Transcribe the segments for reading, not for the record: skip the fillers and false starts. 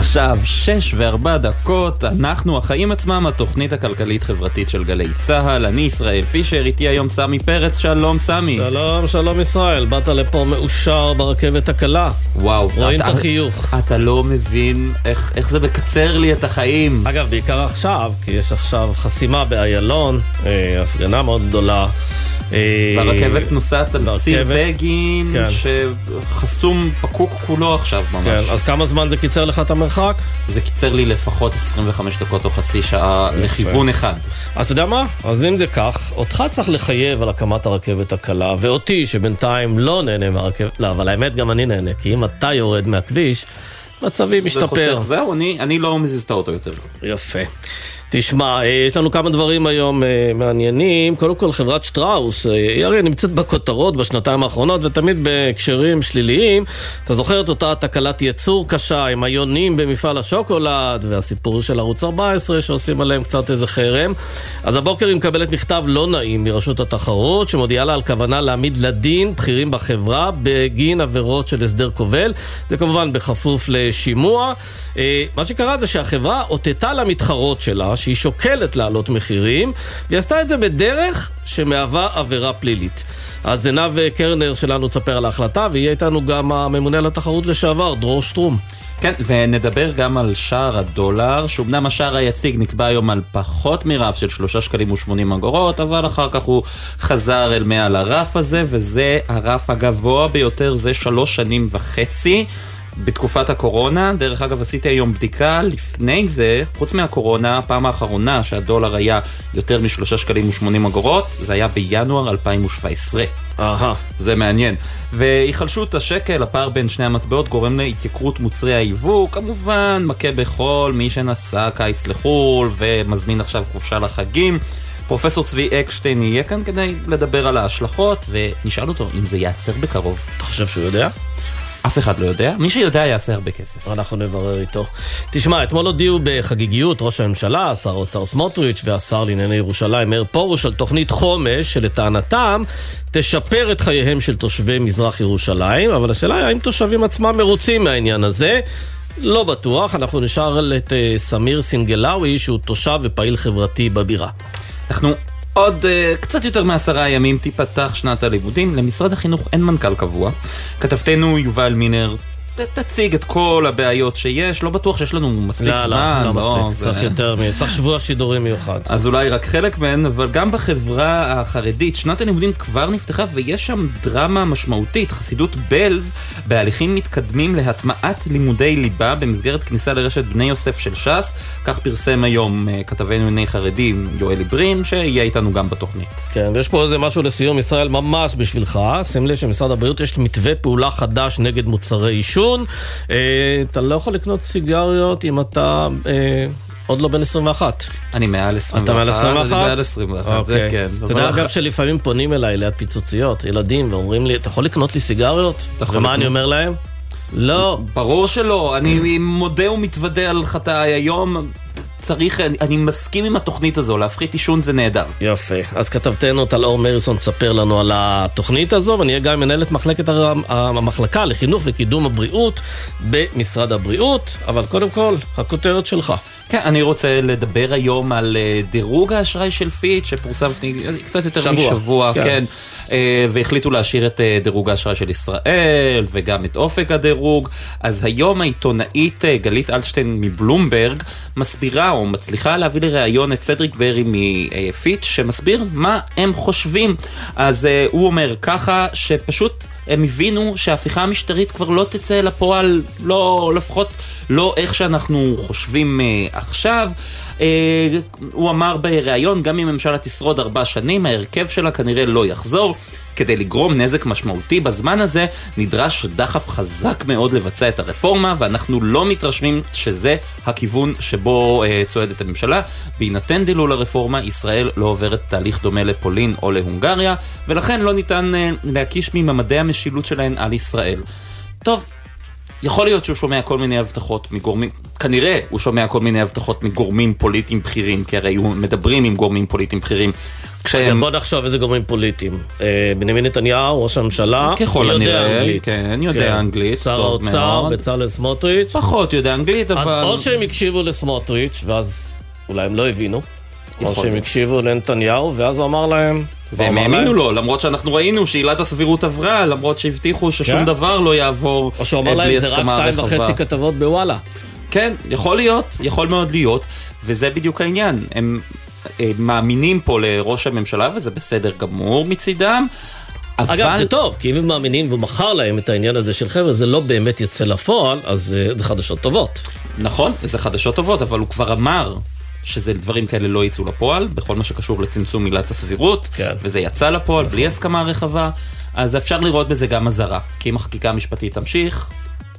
עכשיו 6:04, אנחנו החיים עצמם, התוכנית הכלכלית חברתית של גלי צהל. אני ישראל פישר, איתי היום סמי פרץ. שלום סמי. שלום ישראל, באת לפה מאושר ברכבת הקלה. וואו, רואים את החיוך. אתה לא מבין איך זה מקצר לי את החיים. אגב, בעיקר עכשיו, כי יש עכשיו חסימה באיילון, הפגנה מאוד גדולה. והרכבת נוסעת על ציר בגין, כן. שחסום פקוק כולו עכשיו ממש. כן, אז כמה זמן זה קיצר לך את המרחק? זה קיצר לי לפחות 25 דקות או חצי שעה לכיוון אחד. אתה יודע מה? אז אם זה כך, אותך צריך לחייב על הקמת הרכבת הקלה, ואותי שבינתיים לא נהנה מהרכבת, לא, אבל האמת גם אני נהנה, כי אם אתה יורד מהכביש, מצבי משתפר. זהו, אני לא מזיז את האוטו יותר. יפה. תשמע, יש לנו כמה דברים היום מעניינים. קודם כל, חברת שטראוס, היא הרי נמצאת בכותרות בשנתיים האחרונות, ותמיד בהקשרים שליליים. אתה זוכר את אותה תקלת ייצור קשה עם היונים במפעל השוקולד, והסיפור של ערוץ 14 שעושים עליהם קצת איזה חרם. אז הבוקר היא מקבלת מכתב לא נעים מרשות התחרות, שמודיעה לה על כוונה להעמיד לדין בכירים בחברה בגין עבירות של הסדר כובל. זה כמובן בכפוף לשימוע. מה שקרה זה שהחברה אותתה למתחרות שלה, שהיא שוקלת לעלות מחירים, והיא עשתה את זה בדרך שמהווה עבירה פלילית. אז עינב קרנר שלנו תספר על ההחלטה, ויהיה איתנו גם הממונה על התחרות לשעבר, דרור שטרום. כן, ונדבר גם על שער הדולר, שאומנם השער היציג נקבע היום על פחות מרף של 3.80 שקלים, אבל אחר כך הוא חזר אל מעל הרף הזה, וזה הרף הגבוה ביותר, זה 3.5 שנים. בתקופת הקורונה. דרך אגב, עשיתי היום בדיקה לפני זה, חוץ מהקורונה, הפעם האחרונה שהדולר היה יותר מ3.80 שקלים, זה היה בינואר 2017. זה מעניין. והיחלשות השקל, הפער בין שני המטבעות, גורם להתייקרות מוצרי היבוא, כמובן מכה בכל מי שנסע קיץ לחול ומזמין עכשיו חופשה לחגים. פרופסור צבי אקשטיין יהיה כאן כדי לדבר על ההשלכות, ונשאל אותו אם זה יעצר בקרוב. אתה חושב שהוא יודע? אף אחד לא יודע, מי שיודע יעשה הרבה כסף. אנחנו נברר איתו. תשמע, אתמול הודיעו בחגיגיות ראש הממשלה, שר האוצר סמוטריץ' והשר לענייני ירושלים מאיר פרוש על תוכנית חומש שלטענתם תשפר את חייהם של תושבי מזרח ירושלים, אבל השאלה היא האם תושבים עצמם מרוצים מהעניין הזה. לא בטוח, אנחנו נשאר את סמיר סינגלאוי שהוא תושב ופעיל חברתי בבירה. אנחנו עוד קצת יותר מ10 ימים תיפתח שנת הלימודים. למשרד החינוך אין מנכ"ל קבוע. כתבתנו יובל מינר תציג את כל הבעיות שיש. לא בטוח שיש לנו מספיק זמן. לא מספיק, צריך יותר, צריך שבוע שידורים מיוחד. אז אולי רק חלק מהן, אבל גם בחברה החרדית שנת הלימודים כבר נפתחה, ויש שם דרמה משמעותית. חסידות בלז בהליכים מתקדמים להטמעת לימודי ליבה במסגרת כניסה לרשת בני יוסף של ש"ס. כך פרסם היום כתבנו עיני חרדים יואל עברין, שיהיה איתנו גם בתוכנית. כן, ויש פה איזה משהו לסיום ישראל ממש בשבילך. שים לב שמשרד הבריאות יש מתווה פעולה חדש נגד מוצרי עישון. אתה לא יכול לקנות סיגריות אם אתה עוד לא בן 21. אני מעל 21. אתה מעל 21? אני מעל 21, זה כן. אתה יודע אגב שלפעמים פונים אליי ליד פיצוציות, ילדים, ואומרים לי, אתה יכול לקנות לי סיגריות? ומה אני אומר להם? לא. ברור שלא, אני מודה ומתוודה על חטאי היום. אני מסכים עם התוכנית הזו, להפחית עישון זה נהדר. יפה, אז כתבתנו טלאור מריסון תספר לנו על התוכנית הזו, ואני גם מנהלת המחלקה לחינוך וקידום הבריאות במשרד הבריאות, אבל קודם כל, הכותרת שלך. כן, אני רוצה לדבר היום על דירוג האשראי של פיץ' שפורסם קצת יותר משבוע, כן. והחליטו להשאיר את דירוג האשראי של ישראל וגם את אופק הדירוג. אז היום העיתונאית גלית אלשטיין מבלומברג מסבירה או מצליחה להביא לראיון את סדריק ברי מפיץ' שמסביר מה הם חושבים. אז הוא אומר ככה שפשוט הם הבינו שההפיכה המשטרית כבר לא תצא לפועל, לא, לפחות לא איך שאנחנו חושבים עכשיו. הוא אמר בראיון, גם אם ממשלה תשרוד 4 שנים, ההרכב שלה כנראה לא יחזור. כדי לגרום נזק משמעותי בזמן הזה, נדרש דחף חזק מאוד לבצע את הרפורמה, ואנחנו לא מתרשמים שזה הכיוון שבו צועדת הממשלה. בהינתן דילול הרפורמה, ישראל לא עוברת תהליך דומה לפולין או להונגריה, ולכן לא ניתן להקיש מממדי המשילות שלהן על ישראל. טוב, יכול להיות שהוא שומע כל מיני הבטחות מגורמים, כנראה הוא שומע כל מיני הבטחות מגורמים פוליטיים בכירים, כי הרי הוא מדברים עם גורמים פוליטיים בכירים. בוא נחשוב איזה גורמים פוליטיים. בנימין נתניהו, ראש הממשלה, ככל הנראה, כן, יודע אנגלית, שר האוצר, בצלאל סמוטריץ'. פחות יודע אנגלית, אבל... אז או שהם הקשיבו לסמוטריץ', ואז אולי הם לא הבינו, או שהם הקשיבו לנתניהו, ואז הוא אמר להם... והם האמינו לו, למרות שאנחנו ראינו שעילת הסבירות עברה, למרות שהבטיחו ששום דבר לא יעבור או שהוא אמר להם, זה רק 2.5 כתבות בוואלה. כן, יכול להיות, יכול מאוד להיות, וזה בדיוק העניין. הם מאמינים פה לראש הממשלה, וזה בסדר גמור מצידם. אגב, זה טוב, כי אם הם מאמינים והוא מכר להם את העניין הזה של חבר'ה, זה לא באמת יצא לפועל, אז זה חדשות טובות. נכון, זה חדשות טובות, אבל הוא כבר אמר שזה דברים כאלה לא יצאו לפועל, בכל מה שקשור לצמצום עילת הסבירות, כן. וזה יצא לפועל בלי הסכמה רחבה, אז אפשר לראות בזה גם הזרה, כי אם החקיקה המשפטית תמשיך,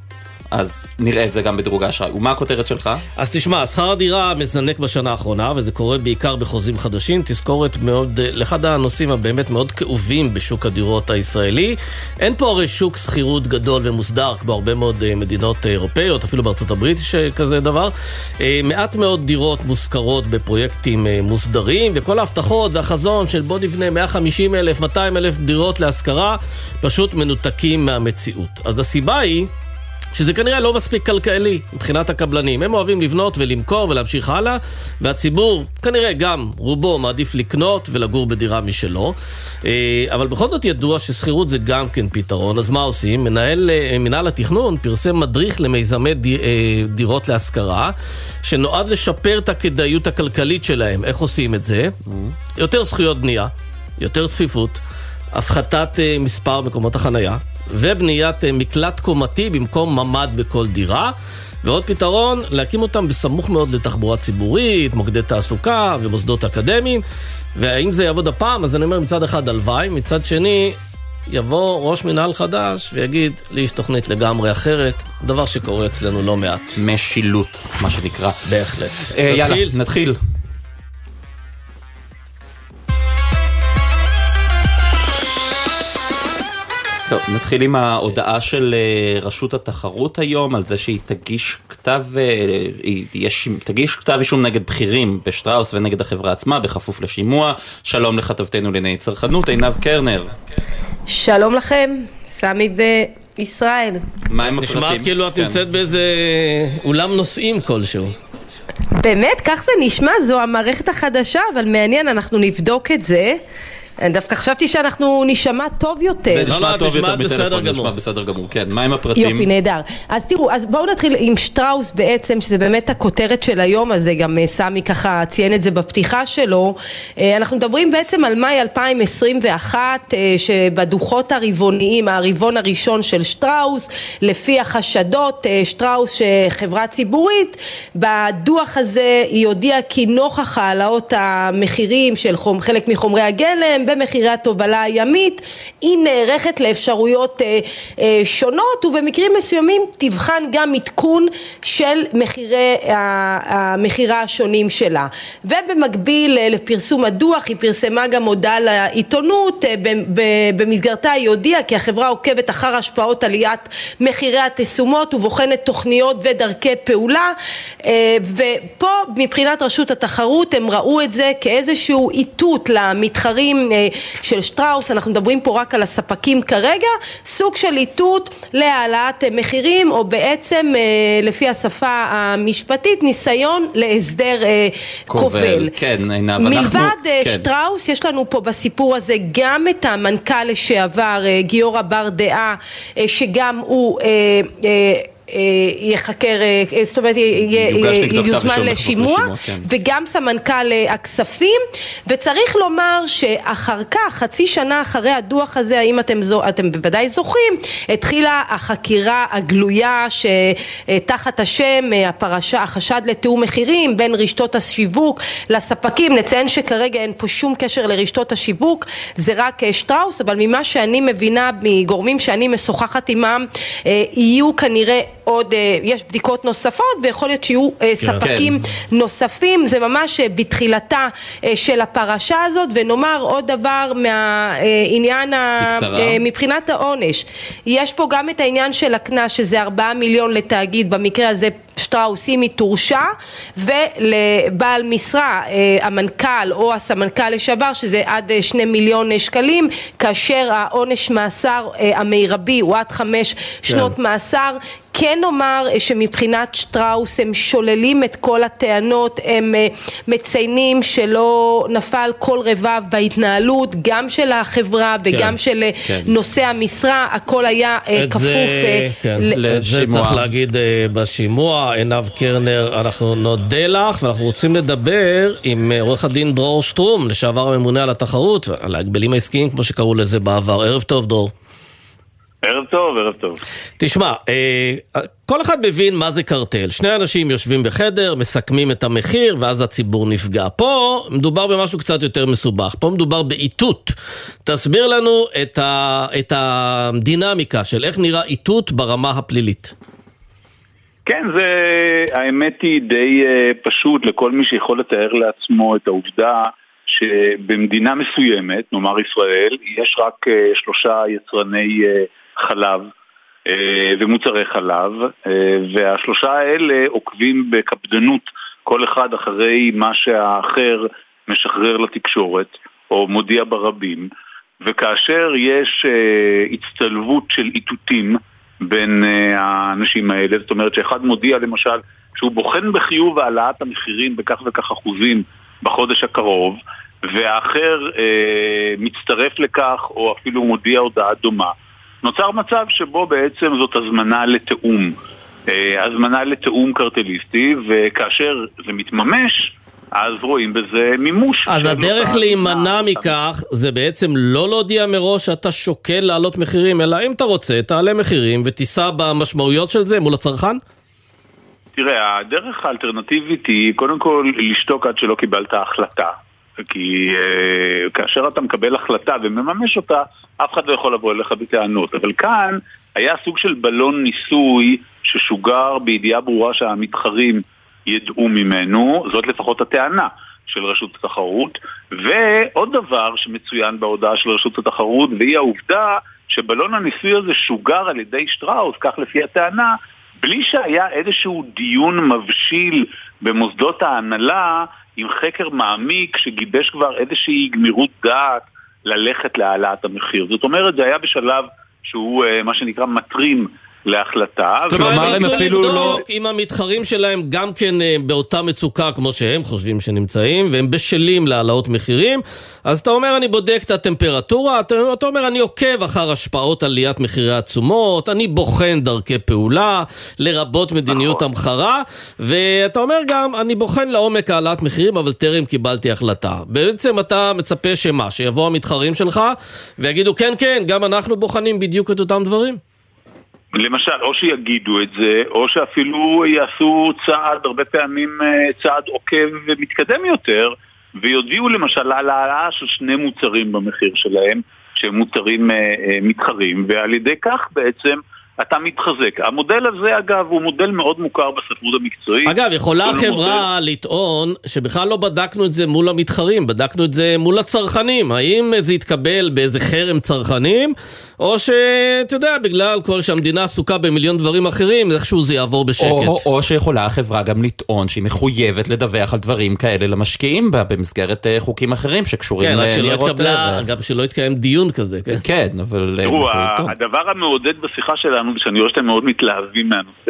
אז נראה את זה גם בדירוג האשראי. ומה הכותרת שלך? אז תשמע, שכר הדירה מזנק בשנה האחרונה, וזה קורה בעיקר בחוזים חדשים. תזכורת מאוד, לאחד הנושאים הבאמת מאוד כאובים בשוק הדירות הישראלי. אין פה הרי שוק שכירות גדול ומוסדר, כמו הרבה מאוד מדינות אירופאיות, אפילו בארצות הברית יש כזה דבר. מעט מאוד דירות מושכרות בפרויקטים מוסדרים, וכל ההבטחות והחזון של בוא נבנה 150,000, 200,000 דירות להשכרה, פשוט מנותקים מהמציאות. אז הסיבה היא שזה כנראה לא מספיק כלכלי מבחינת הקבלנים. הם אוהבים לבנות ולמכור ולהמשיך הלאה, והציבור כנראה גם רובו מעדיף לקנות ולגור בדירה משלו. אבל בכל זאת ידוע ששכירות זה גם כן פתרון. אז מה עושים? מנהל התכנון פרסם מדריך למיזמי דירות להשכרה, שנועד לשפר את הכדאיות הכלכלית שלהם. איך עושים את זה? יותר זכויות בנייה, יותר צפיפות, הפחתת מספר מקומות החנייה, ובניית מקלט קומתי במקום ממד בכל דירה, ועוד פתרון, להקים אותם בסמוך מאוד לתחבורה ציבורית, מוקדי תעסוקה ומוסדות אקדמיים. והאם זה יעבוד הפעם? אז אני אומר מצד אחד הלוואי, מצד שני יבוא ראש מנהל חדש ויגיד לי יש תוכנית לגמרי אחרת, דבר שקורה אצלנו לא מעט. משילות, מה שנקרא. בהחלט. יאללה, נתחיל. טוב, נתחיל עם ההודעה של רשות התחרות היום, על זה שהיא תגיש כתב אישום נגד בכירים בשטראוס ונגד החברה עצמה, בכפוף לשימוע. שלום לכתבתנו לענייני צרכנות, עינב קרנר. שלום לכם, סמי וישראל. מה עם הפרטים? נשמעת כאילו את נמצאת באיזה אולם נוסעים כלשהו. באמת, כך זה נשמע, זו המערכת החדשה, אבל מעניין, אנחנו נבדוק את זה. אני דווקא חשבתי שאנחנו נשמע טוב יותר. זה נשמע טוב יותר מטלפון, נשמע בסדר גמור. כן, מה עם הפרטים? יופי, נהדר. אז תראו, אז בואו נתחיל עם שטראוס בעצם, שזה באמת הכותרת של היום הזה, גם סמי ככה ציין את זה בפתיחה שלו. אנחנו מדברים בעצם על מאי 2021, שבדוחות הרבעוניים, הרבעון הראשון של שטראוס, לפי החשדות, שטראוס שחברה ציבורית, בדוח הזה היא הודיעה כי נוכח העלאות המחירים של חלק מחומרי הגלם, במחירי התובלה הימית, היא נערכת לאפשרויות שונות, ובמקרים מסוימים תבחן גם עדכון של המחירה השונים שלה. ובמקביל לפרסום הדוח, היא פרסמה גם הודעה לעיתונות, במסגרתה היא הודיעה כי החברה עוקבת אחר השפעות עליית מחירי התשומות, ובוחנת תוכניות ודרכי פעולה, ופה מבחינת רשות התחרות הם ראו את זה כאיזשהו איתות למתחרים של שטראוס. אנחנו מדברים פה רק על הספקים כרגע, סוג של איתות להעלאת מחירים, או בעצם לפי השפה המשפטית ניסיון להסדר כובל. כן, מלבד שטראוס יש לנו פה בסיפור הזה גם את המנכ"ל לשעבר גיורא ברדעה, שגם הוא יחקר, זאת אומרת יוזמן לשימוע, וגם סמנכ"ל הכספים. ותצריך לומר שאחר כך, חצי שנה אחרי הדוח הזה, האם אתם בוודאי זוכרים, התחילה החקירה הגלויה שתחת השם הפרשה, החשד לתיאום מחירים בין רשתות השיווק לספקים. נציין שכרגע אין פה שום קשר לרשתות השיווק, זה רק שטראוס, אבל ממה שאני מבינה מגורמים שאני משוחחת עמם, יהיו כנראה עוד, יש בדיקות נוספות, ויכול להיות שיהיו ספקים נוספים. זה ממש בתחילתה של הפרשה הזאת. ונאמר עוד דבר מהעניין מבחינת העונש. יש פה גם את העניין של הקנס, שזה 4 מיליון לתאגיד, במקרה הזה שטראוס אם היא תורשע, ולבעל משרה, המנכ"ל או הסמנכ"ל לשעבר, שזה עד 2 מיליון שקלים, כאשר העונש מאסר המרבי הוא עד 5 שנות מאסר. כן נאמר שמבחינת שטראוס הם שוללים את כל הטענות, הם מציינים שלא נפל כל רבב בהתנהלות, גם של החברה וגם של נושא המשרה, הכל היה כפוף לשימוע. זה צריך להגיד בשימוע. עינב קרנר, אנחנו נודה לך, ואנחנו רוצים לדבר עם עורך הדין דרור שטרום, לשעבר הממונה על התחרות ועל ההגבלים העסקיים, כמו שקראו לזה בעבר. ערב טוב, דרור. ערב טוב, ערב טוב. תשמע, כל אחד מבין מה זה קרטל. שני אנשים יושבים בחדר, מסכמים את המחיר, ואז הציבור נפגע. פה מדובר במשהו קצת יותר מסובך. פה מדובר באיתות. תסביר לנו את הדינמיקה של איך נראה איתות ברמה הפלילית. כן, האמת היא די פשוט לכל מי שיכול לתאר לעצמו את העובדה שבמדינה מסוימת, נאמר ישראל, יש רק 3 יצרני חלב ומוצרי חלב, וה3 האלה עוקבים בקפדנות כל אחד אחרי מה שהאחר משחרר לתקשורת או מודיע ברבים, וכאשר יש הצטלבות של איתותים בין האנשים האלה, זאת אומרת שאחד מודיע למשל שהוא בוחן בחיוב העלאת המחירים בכך וכך אחוזים בחודש הקרוב, והאחר מצטרף לכך או אפילו מודיע הודעה דומה, נוצר מצב שבו בעצם זאת הזמנה לתאום, הזמנה לתאום קרטליסטי, וכאשר זה מתממש אז רואים בזה מימוש. אז הדרך להימנע מכך זה בעצם לא להודיע מראש שאתה שוקל לעלות מחירים, אלא אם אתה רוצה תעלה מחירים ותיסע במשמעויות של זה מול הצרכן? תראה, הדרך האלטרנטיבית היא קודם כל לשתוק עד שלא קיבלת החלטה, כי כאשר אתה מקבל החלטה ומממש אותה, אף אחד לא יכול לבוא אליך בטענות. אבל כאן היה סוג של בלון ניסוי ששוגר בידיעה ברורה שהמתחרים ידעו ממנו, זאת לפחות הטענה של רשות התחרות. ועוד דבר שמצוין בהודעה של רשות התחרות, והיא העובדה שבלון הניסוי הזה שוגר על ידי שטראוס, כך לפי הטענה, בלי שהיה איזשהו דיון מבשיל במוסדות ההנהלה עם חקר מעמיק שגיבש כבר איזושהי גמירות דעת ללכת להעלאת המחיר. זאת אומרת, זה היה בשלב שהוא מה שנקרא מטרים להחלטה. כלומר, הם אפילו לא... אם המתחרים שלהם גם כן באותה מצוקה כמו שהם חושבים שנמצאים, והם בשלים להעלאות מחירים, אז אתה אומר, אני בודק את הטמפרטורה, אתה אומר, אני עוקב אחר השפעות עליית מחירי התשומות, אני בוחן דרכי פעולה, לרבות מדיניות המחרה, ואתה אומר גם, אני בוחן לעומק העלאת מחירים, אבל טרם קיבלתי החלטה. בעצם אתה מצפה שמה? שיבוא המתחרים שלך, ויגידו, כן, כן, גם אנחנו בוחנים בדיוק את אותם דברים? למשל, או שיגידו את זה, או שאפילו יעשו צעד, הרבה פעמים צעד עוקב ומתקדם יותר, ויודיעו למשל על העלאה של 2 מוצרים במחיר שלהם, שהם מוצרים מתחרים, ועל ידי כך בעצם אתה מתחזק. המודל הזה, אגב, הוא מודל מאוד מוכר בספרות המקצועית. אגב, יכולה החברה לטעון שבכלל לא בדקנו את זה מול המתחרים, בדקנו את זה מול הצרכנים. האם זה יתקבל באיזה חרם צרכנים, או שאתה יודע, בגלל כל שהמדינה עסוקה במיליון דברים אחרים, איכשהו זה יעבור בשקט. או שיכולה החברה גם לטעון שהיא מחויבת לדווח על דברים כאלה למשקיעים בה, במסגרת חוקים אחרים שקשורים לניירות ערך. אגב, שלא יתקיים דיון כזה. כן, אבל... תראו, הדבר המעודד בשיחה שלנו, שאני רואה שאתם מאוד מתלהבים מהנושא.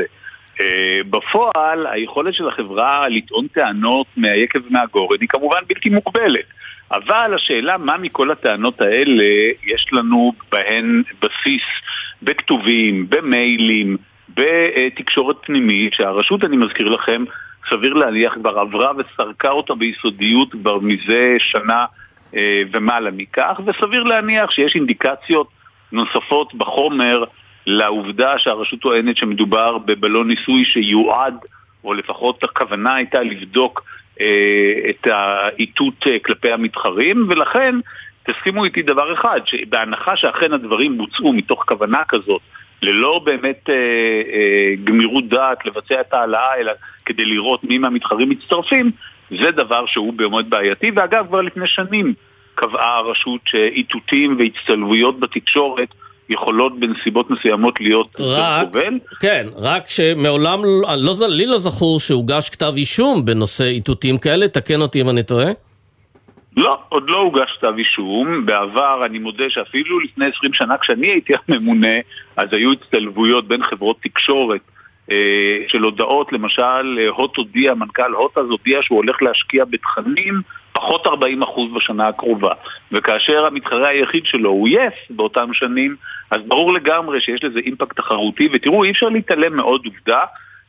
בפועל, היכולת של החברה לטעון טענות מהיקב ומהגורן היא כמובן בלתי מוגבלת. אבל השאלה מה מכל הטענות האלה יש לנו בהן בסיס בכתובים, במיילים, בתקשורת פנימית, שהרשות, אני מזכיר לכם, סביר להניח כבר עברה וסרקה אותה ביסודיות כבר מזה שנה ומעלה מכך, וסביר להניח שיש אינדיקציות נוספות בחומר לעובדה שהרשות טוענת שמדובר בבלון ניסוי שיועד, או לפחות הכוונה הייתה לבדוק את האיתות כלפי המתחרים, ולכן תסכימו איתי דבר אחד, שבהנחה שאכן הדברים בוצעו מתוך כוונה כזאת ללא באמת גמירות דעת לבצע את העלאה, אלא כדי לראות מי מהמתחרים מצטרפים, זה דבר שהוא באמת בעייתי. ואגב, כבר לפני שנים קבעה הרשות שאיתותים והצטלבויות בתקשורת יכולות בנסיבות מסוימות להיות כובל. כן, רק שמעולם, לי לא זכור שהוגש כתב אישום בנושא איתותים כאלה, תקן אותי אם אני טועה. לא, עוד לא הוגש כתב אישום. בעבר אני מודה שאפילו לפני 20 שנה כשאני הייתי הממונה, אז היו הצטלבויות בין חברות תקשורת של הודעות, למשל הוט הודיע, מנכ"ל הוט אז הודיע שהוא הולך להשקיע בתכנים פחות 40% בשנה הקרובה, וכאשר המתחרה היחיד שלו הוא יס באותם שנים, אז ברור לגמרי שיש לזה אימפקט תחרותי. ותראו, אי אפשר להתעלם מאוד עובדה,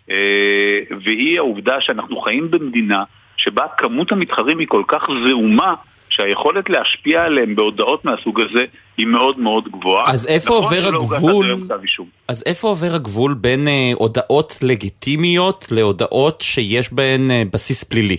והיא העובדה שאנחנו חיים במדינה שבה כמות המתחרים היא כל כך זעומה, שהיכולת להשפיע עליהם בהודעות מהסוג הזה היא מאוד מאוד גבוהה. אז איפה עובר הגבול? אז איפה עובר הגבול בין הודעות לגיטימיות להודעות שיש בהן בסיס פלילי?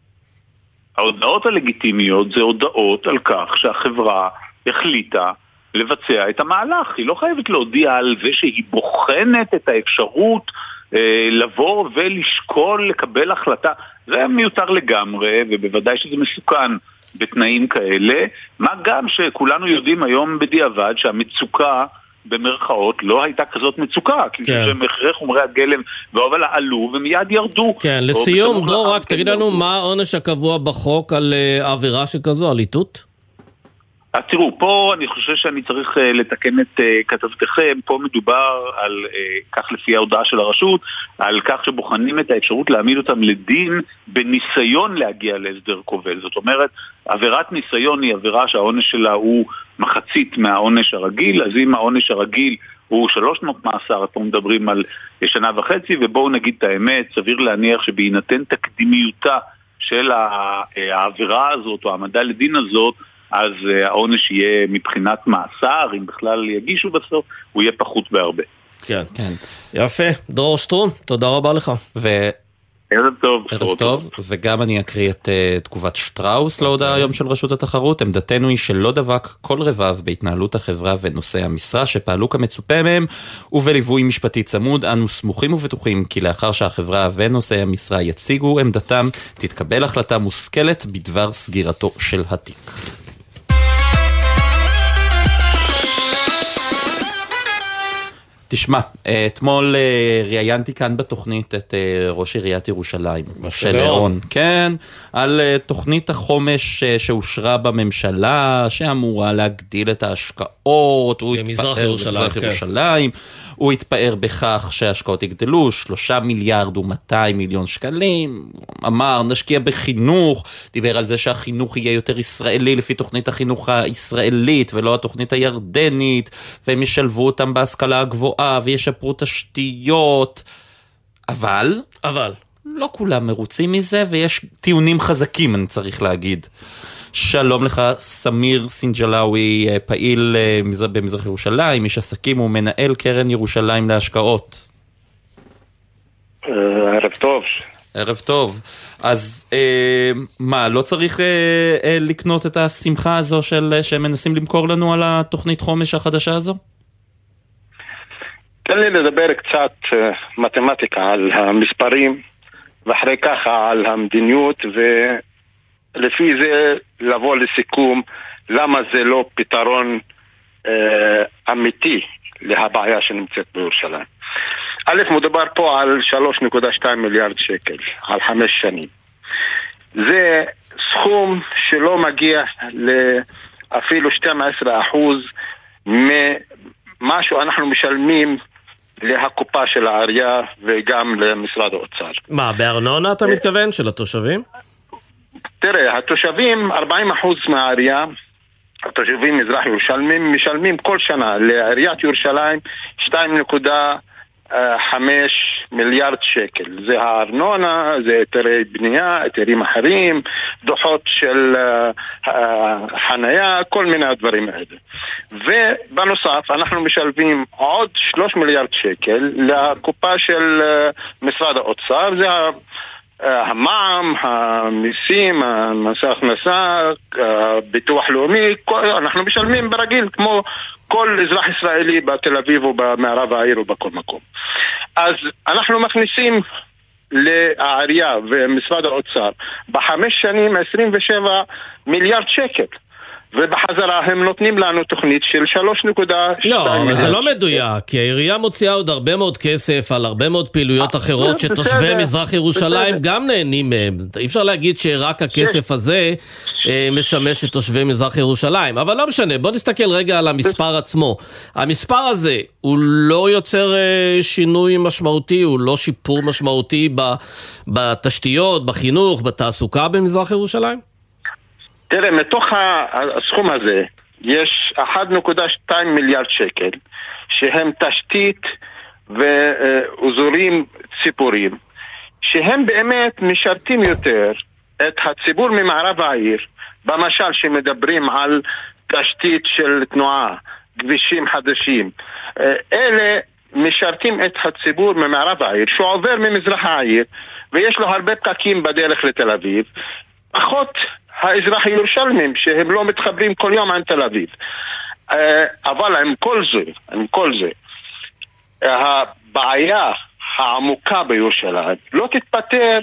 ההודעות הלגיטימיות זה הודעות על כך שהחברה החליטה לבצע את המהלך. היא לא חייבת להודיע על זה שהיא בוחנת את האפשרות לבוא ולשקול, לקבל החלטה. זה מיותר לגמרי, ובוודאי שזה מסוכן בתנאים כאלה. מה גם שכולנו יודעים היום בדיעבד שהמצוקה במרכאות לא הייתה כזאת מצוקה, כי שמחירי חומרי הגלם וההובלה עלו ומיד ירדו. כן, לסיום, דרור, רק תגיד לנו מה העונש הקבוע בחוק על עבירה שכזו, על איתות? אז תראו, פה אני חושב שאני צריך לתקן את כתבתכם. פה מדובר על, כך לפי ההודעה של הרשות, על כך שבוחנים את האפשרות להעמיד אותם לדין בניסיון להגיע להסדר כובל. זאת אומרת, עבירת ניסיון היא עבירה שהעונש שלה הוא מחצית מהעונש הרגיל. אז אם העונש הרגיל הוא 3 שנות מאסר, אתם מדברים על 1.5 שנה, ובואו נגיד את האמת, סביר להניח שבהינתן תקדימיותה של העבירה הזאת או העמדה לדין הזאת, אז העונש יהיה מבחינת מאסר, אם בכלל יגישו בסוף, הוא יהיה פחות בהרבה. כן, כן. יפה. דרור שטרום, תודה רבה לך. ערב טוב. ערב טוב, וגם אני אקריא את תגובת שטראוס להודעה היום של רשות התחרות. עמדתנו היא שלא דבק כל רבב בהתנהלות החברה ונושאי המשרה שפעלו כמצופה מהם, ובליווי משפטי צמוד אנו סמוכים ובטוחים כי לאחר שהחברה ונושאי המשרה יציגו עמדתם, תתקבל החלטה מושכלת בדבר סגירתו של התיק. תשמע, אתמול ראיינתי כאן בתוכנית את ראש עיריית ירושלים, משה ליאון, כן, על תוכנית החומש שאושרה בממשלה, שאמורה להגדיל את ההשקעות, במזרח ירושלים, הוא התפאר בכך שההשקעות יגדלו, 3 מיליארד ו200 מיליון שקלים, אמר נשקיע בחינוך, דיבר על זה שהחינוך יהיה יותר ישראלי לפי תוכנית החינוך הישראלית ולא התוכנית הירדנית, והם ישלבו אותם בהשכלה הגבוהה וישפרו תשתיות, אבל לא כולם מרוצים מזה, ויש טיעונים חזקים, אני צריך להגיד. שלום לך, סמיר סינג'לאוי, פעיל במזרח ירושלים, איש עסקים ומנהל קרן ירושלים להשקעות. ערב טוב. ערב טוב. אז מה, לא צריך לקנות את השמחה הזו שהם מנסים למכור לנו על התוכנית חומש החדשה הזו? תן לי לדבר קצת מתמטיקה על המספרים, ואחרי ככה על המדיניות, ולפי זה לבוא לסיכום למה זה לא פתרון אמיתי להבעיה שנמצאת בירושלים. א', מדובר פה על 3.2 מיליארד שקל, על 5 שנים. זה סכום שלא מגיע לאפילו 12% ממה שאנחנו משלמים להקופה של העירייה וגם למשרד האוצר. מה, בארנונה אתה מתכוון של התושבים? תראה, התושבים, 40% מהעירייה, התושבים מזרח ירושלים משלמים כל שנה לעיריית ירושלים 2.5 מיליארד שקל. זה הארנונה, זה היתרי בנייה, היתרים אחרים, דוחות של חנייה, כל מיני הדברים האלה. ובנוסף אנחנו משלבים עוד 3 מיליארד שקל לקופה של משרד האוצר, זה המע"מ, המיסים, מס הכנסה, ביטוח לאומי, אנחנו משלמים ברגיל כמו כל אזרח ישראלי בתל אביב או במערב העיר או בכל מקום. אז אנחנו מכניסים לעירייה ומשרד האוצר בחמש שנים 27 מיליארד שקל, ובחזרה הם נותנים לנו תוכנית של 3.2 לא, אבל זה לא מדויק, כי העירייה מוציאה עוד הרבה מאוד כסף על הרבה מאוד פעילויות אחרות שתושבי מזרח ירושלים גם נהנים מהם. אי אפשר להגיד שרק הכסף הזה משמש את תושבי מזרח ירושלים, אבל לא משנה, בוא נסתכל רגע על המספר עצמו. המספר הזה הוא לא יוצר שינוי משמעותי, הוא לא שיפור משמעותי בתשתיות, בחינוך, בתעסוקה במזרח ירושלים? תראה, מתוך הסכום הזה יש 1.2 מיליארד שקל שהם תשתית ואזורים ציבוריים שהם באמת משרתים יותר את הציבור ממערב העיר, במשל שמדברים על תשתית של תנועה, כבישים חדשים, אלה משרתים את הציבור ממערב העיר שעובר ממזרח העיר ויש לו הרבה פקקים בדרך לתל אביב, פחות האזרח הירושלמים שהם לא מתחברים כל יום עם תל אביב. אבל עם כל זה הבעיה העמוקה בירושלים לא תתפטר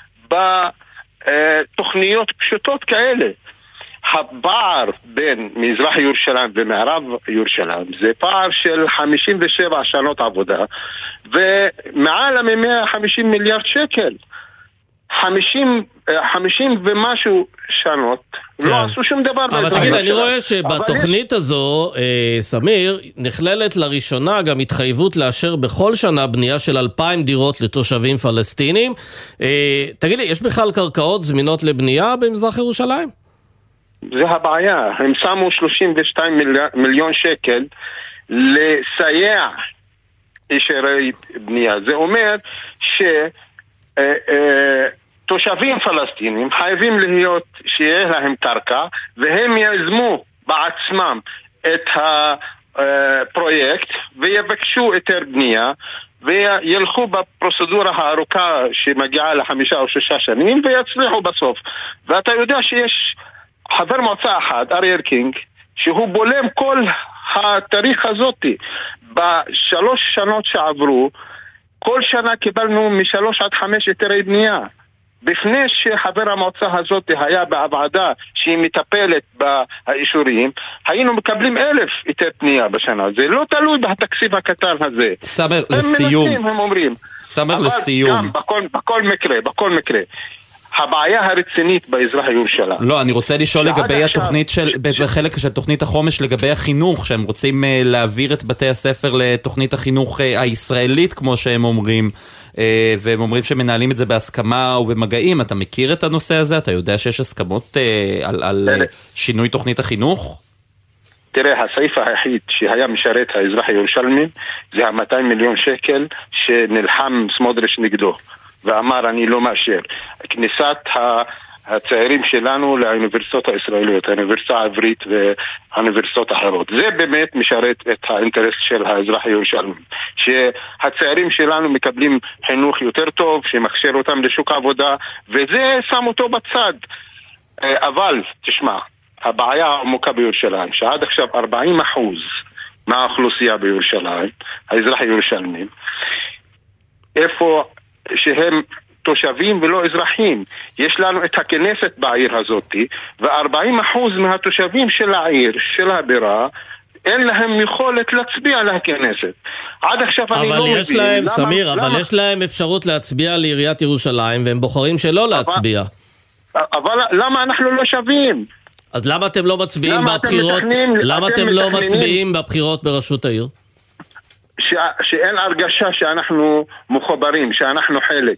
בתוכניות פשוטות כאלה. הפער בין מזרח ירושלים ומערב ירושלים זה פער של 57 שנות עבודה ומעל מ-150 מיליארד שקל. 50 ומשהו שנות לא עשו שום דבר. אבל תגיד, אני רואה שבתוכנית הזו, סמיר, נכללת לראשונה גם התחייבות לאשר בכל שנה בנייה של 2,000 דירות לתושבים פלסטינים. תגיד לי, יש בכלל קרקעות זמינות לבנייה במזרח ירושלים? זה הבעיה, הם שמו 32 מיליון שקל לסייע אישרי בנייה. זה אומר תושבים פלסטינים חייבים להיות שיהיה להם קרקע והם יזמו בעצמם את הפרויקט ויבקשו יותר בנייה וילכו בפרוצדורה הארוכה שמגיעה ל5 או 6 שנים ויצליחו בסוף. ואתה יודע שיש חבר מועצה אחד, אריאל קינג, שהוא בולם כל התאריך הזאת. בשלוש שנות שעברו כל שנה קיבלנו מ3 עד 5 היתרי בנייה. בפני שחבר המועצה הזאת היה בוועדה שהיא מטפלת באישורים, היינו מקבלים 1,000 היתר בנייה בשנה. זה לא תלוי בתקציב הקטן הזה. סמר, לסיום. הם אומרים. סמר, לסיום. בכל מקרה. הבעיה הרצינית באזרח ירושלים. לא, אני רוצה לשאול לגבי התוכנית בחלק של תוכנית החומש לגבי החינוך, שהם רוצים להעביר את בתי הספר לתוכנית החינוך הישראלית, כמו שהם אומרים, והם אומרים שמנהלים את זה בהסכמה ובמגעים. אתה מכיר את הנושא הזה? אתה יודע שיש הסכמות על שינוי תוכנית החינוך? תראה, הסעיף היחיד שהיה משרת האזרח הירושלמי, זה 200 מיליון שקל שנלחם סמוטריץ' נגדו. ואמר אני לא מאשר כניסת הצעירים שלנו לאוניברסיטאות הישראליות, האוניברסיטה העברית והאוניברסיטאות האחרות. זה באמת משרת את האינטרס של האזרח הירושלמי, שהצעירים שלנו מקבלים חינוך יותר טוב, שמכשיר אותם לשוק העבודה, וזה שם אותו בצד. אבל תשמע, הבעיה העמוקה בירושלים, שעד עכשיו 40% מהאוכלוסייה בירושלים, האזרח הירושלמים, איפה שהם תושבים ולא אזרחים. יש לנו את הכנסת בעיר הזאת, ו40% מהתושבים של העיר, של הבירה, אין להם יכולת להצביע לכנסת. עד עכשיו אני לא מבין. אבל יש להם, סמיר, אבל יש להם אפשרות להצביע לעיריית ירושלים, והם בוחרים שלא להצביע. אבל למה אנחנו לא שווים? אז למה אתם לא מצביעים בבחירות? למה אתם לא מצביעים בבחירות בראשות העיר? שאין הרגשה שאנחנו מחוברים, שאנחנו חלק,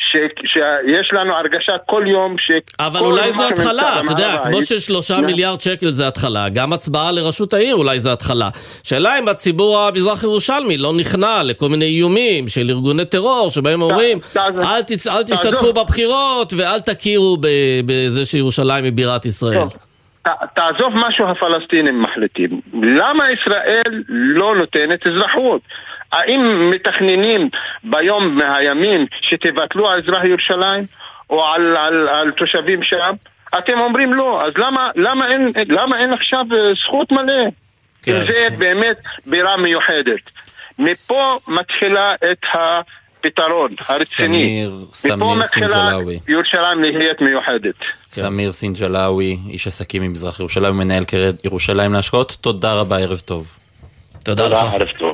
שיש לנו הרגשה כל יום אבל אולי זו התחלה, אתה יודע, כמו ש3 מיליארד שקל זה התחלה, גם הצבעה לראשות העיר אולי זו התחלה. שאלה אם הציבור המזרח ירושלמי לא נכנע לכל מיני איומים של ארגוני טרור שבהם אומרים אל תשתתפו בבחירות ואל תכירו בזה שירושלים היא בירת ישראל. תעזוב משהו הפלסטינים מחליטים. למה ישראל לא נותנת אזרחות? האם מתכננים ביום מהימים שתבטלו האזרח ירושלים? או על תושבים שם, אתם אומרים לא. אז למה אין עכשיו זכות מלא? כן. זה באמת בירה מיוחדת. מפה מתחילה את הפתרון הרציני. מפה מתחילה ירושלים להיות מיוחדת. סמיר סינג'לאוי, איש עסקים ממזרח ירושלים, מנהל קרן ירושלים להשקעות. תודה רבה, ערב טוב. תודה לך. ערב טוב.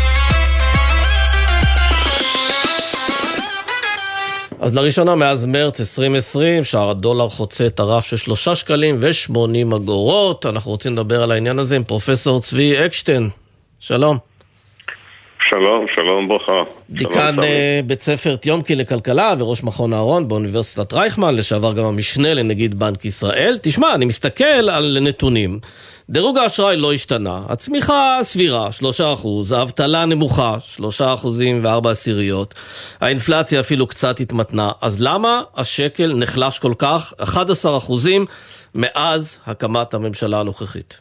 אז לראשונה מאז מרץ 2020 שער הדולר חוצה את הרף של 3 שקלים ו80 אגורות. אנחנו רוצים לדבר על העניין הזה עם פרופסור צבי אקשטיין. שלום. שלום ברכה. דיקן בית ספר טיומקי לכלכלה וראש מכון אהרון באוניברסיטת רייכמן, לשעבר גם המשנה לנגיד בנק ישראל. תשמע, אני מסתכל על נתונים. דירוג האשראי לא השתנה, הצמיחה סבירה, 3%, האבטלה נמוכה, 3.4%, האינפלציה אפילו קצת התמתנה. אז למה השקל נחלש כל כך, 11% מאז הקמת הממשלה הנוכחית?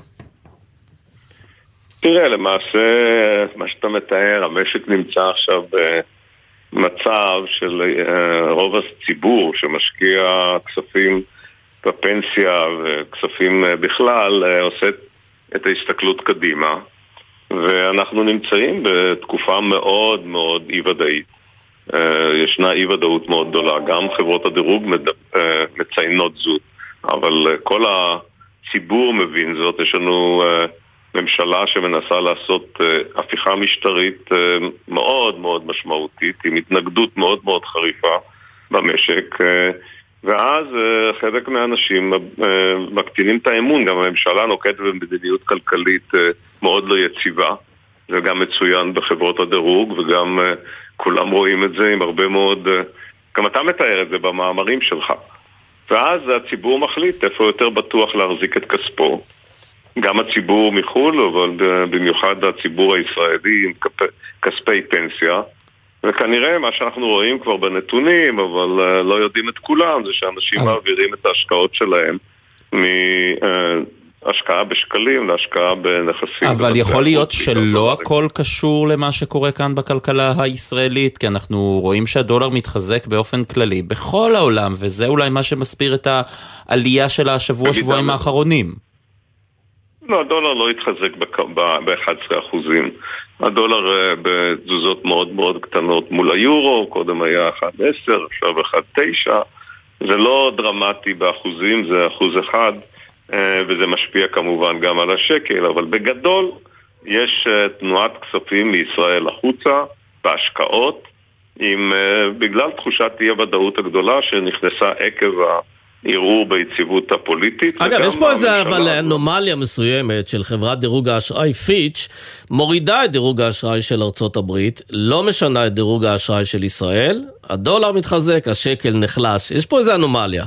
תראה, למעשה, מה שאתה מתאר, המשק נמצא עכשיו במצב של רוב הציבור שמשקיע כספים בפנסיה וכספים בכלל, עושה את ההסתכלות קדימה, ואנחנו נמצאים בתקופה מאוד מאוד אי-ודאית. ישנה אי-ודאות מאוד גדולה, גם חברות הדירוג מציינות זאת, אבל כל הציבור מבין זאת. יש לנו ממשלה שמנסה לעשות הפיכה משטרית מאוד מאוד משמעותית, עם התנגדות מאוד מאוד חריפה במשק, ואז חלק מהאנשים מקטינים את האמון. גם הממשלה נוקטת במדיניות כלכלית מאוד לא יציבה, זה גם מצוין בחברות הדירוג, וגם כולם רואים את זה עם הרבה מאוד, גם אתה מתאר את זה במאמרים שלך. ואז הציבור מחליט איפה יותר בטוח להחזיק את כספו, גם הציבור מחול, אבל במיוחד הציבור הישראלי עם כספי פנסיה. וכנראה מה שאנחנו רואים כבר בנתונים, אבל לא יודעים את כולם, זה שאנשים מעבירים את ההשקעות שלהם מהשקעה בשקלים להשקעה בנכסים. אבל יכול להיות שלא הכל קשור למה שקורה כאן בכלכלה הישראלית, כי אנחנו רואים שהדולר מתחזק באופן כללי בכל העולם, וזה אולי מה שמסביר את העלייה של השבוע-שבועיים האחרונים. לא, הדולר לא התחזק ב-11%. הדולר בתזוזות מאוד מאוד קטנות מול היורו, קודם היה 1.10, עכשיו 1.9. זה לא דרמטי באחוזים, זה 1%, וזה משפיע כמובן גם על השקל, אבל בגדול יש תנועת כספים מישראל החוצה, בהשקעות, בגלל תחושת אי-הוודאות הגדולה שנכנסה עקב ערעור ביציבות הפוליטית. אגב, יש פה איזה אבל אנומליה מסוימת של חברת דירוג האשראי פיץ', מורידה את דירוג האשראי של ארצות הברית, לא משנה את דירוג האשראי של ישראל, הדולר מתחזק, השקל נחלש. יש פה איזה אנומליה.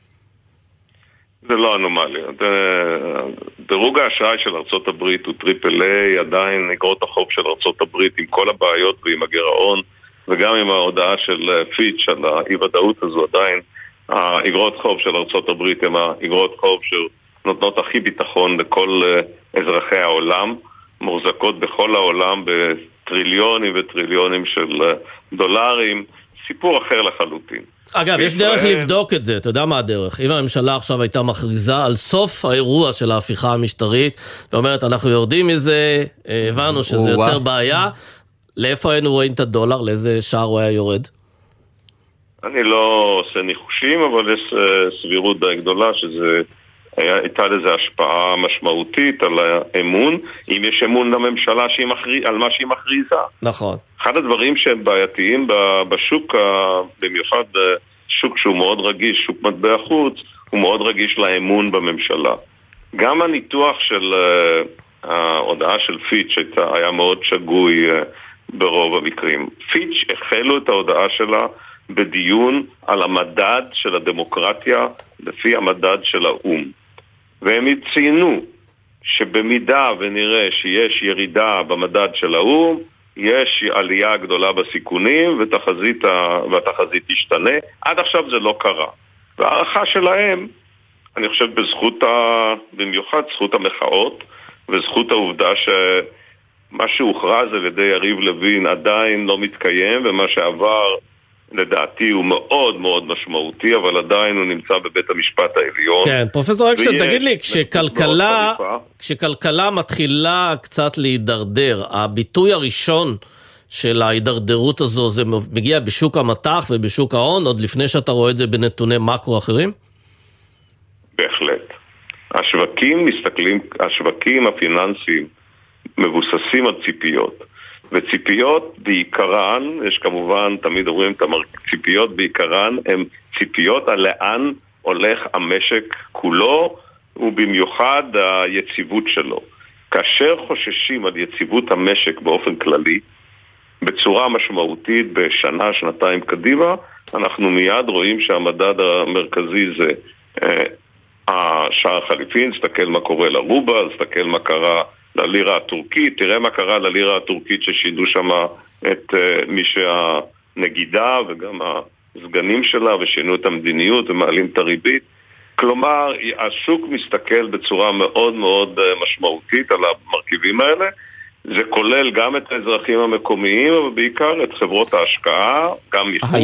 זה לא אנומליה. דירוג האשראי של ארצות הברית הוא טריפל איי, עדיין אגרות החוב של ארצות הברית עם כל הבעיות ועם הגירעון, וגם עם ההודעה של פיץ' על האי-ודאות הזו, עדיין האגרות חוב של ארצות הברית הן האגרות חוב שנותנות הכי ביטחון לכל אזרחי העולם, מוחזקות בכל העולם בטריליונים וטריליונים של דולרים, סיפור אחר לחלוטין. אגב, יש דרך לבדוק את זה, אתה יודע מה הדרך? אם הממשלה עכשיו הייתה מכריזה על סוף האירוע של ההפיכה המשטרית, ואומרת אנחנו יורדים מזה, הבנו שזה יוצר בעיה, לאיפה היינו רואים את הדולר, לאיזה שער הוא היה יורד? אני לא עושה ניחושים, אבל יש סבירות די גדולה הייתה לזה השפעה משמעותית על האמון, אם יש אמון לממשלה על מה שהיא מכריזה. נכון. אחד הדברים שהם בעייתיים בשוק, במיוחד שוק שהוא מאוד רגיש, שוק מטבע חוץ, הוא מאוד רגיש לאמון בממשלה. גם הניתוח של ההודעה של פיץ' היה מאוד שגוי ברוב המקרים. פיץ' החלו את ההודעה שלה בדיון על המדד של הדמוקרטיה לפי המדד של האום. והם ציינו שבמידה ונראה שיש ירידה במדד של האום, יש עלייה גדולה בסיכונים והתחזית תשתנה. עד עכשיו זה לא קרה. והערכה שלהם, אני חושב במיוחד זכות המחאות וזכות העובדה שמה שהוכרז על ידי יריב לוין עדיין לא מתקיים, ומה שעבר לדעתי הוא מאוד מאוד משמעותי, אבל עדיין הוא נמצא בבית המשפט העליון. כן, פרופסור אקשטיין, תגיד לי, כשכלכלה מתחילה קצת להידרדר, הביטוי הראשון של ההידרדרות הזו, זה מגיע בשוק המטח ובשוק ההון, עוד לפני שאתה רואה את זה בנתוני מקרו אחרים? בהחלט. השווקים הפיננסיים מבוססים על ציפיות. וציפיות בעיקרן, יש כמובן, תמיד אומרים את ציפיות בעיקרן, הן ציפיות על לאן הולך המשק כולו, ובמיוחד היציבות שלו. כאשר חוששים על יציבות המשק באופן כללי, בצורה משמעותית בשנה, שנתיים קדימה, אנחנו מיד רואים שהמדד המרכזי זה השער החליפין, תסתכל מה קורה לרובל, תסתכל מה קרה ללירה הטורקית, תראה מה קרה ללירה הטורקית ששידו שם את מי שהנגידה וגם הסגנים שלה ושינו את המדיניות ומעלים את הריבית. כלומר, השוק מסתכל בצורה מאוד מאוד משמעותית על המרכיבים האלה. זה כולל גם את האזרחים המקומיים, אבל בעיקר את חברות ההשקעה, גם מחוץ.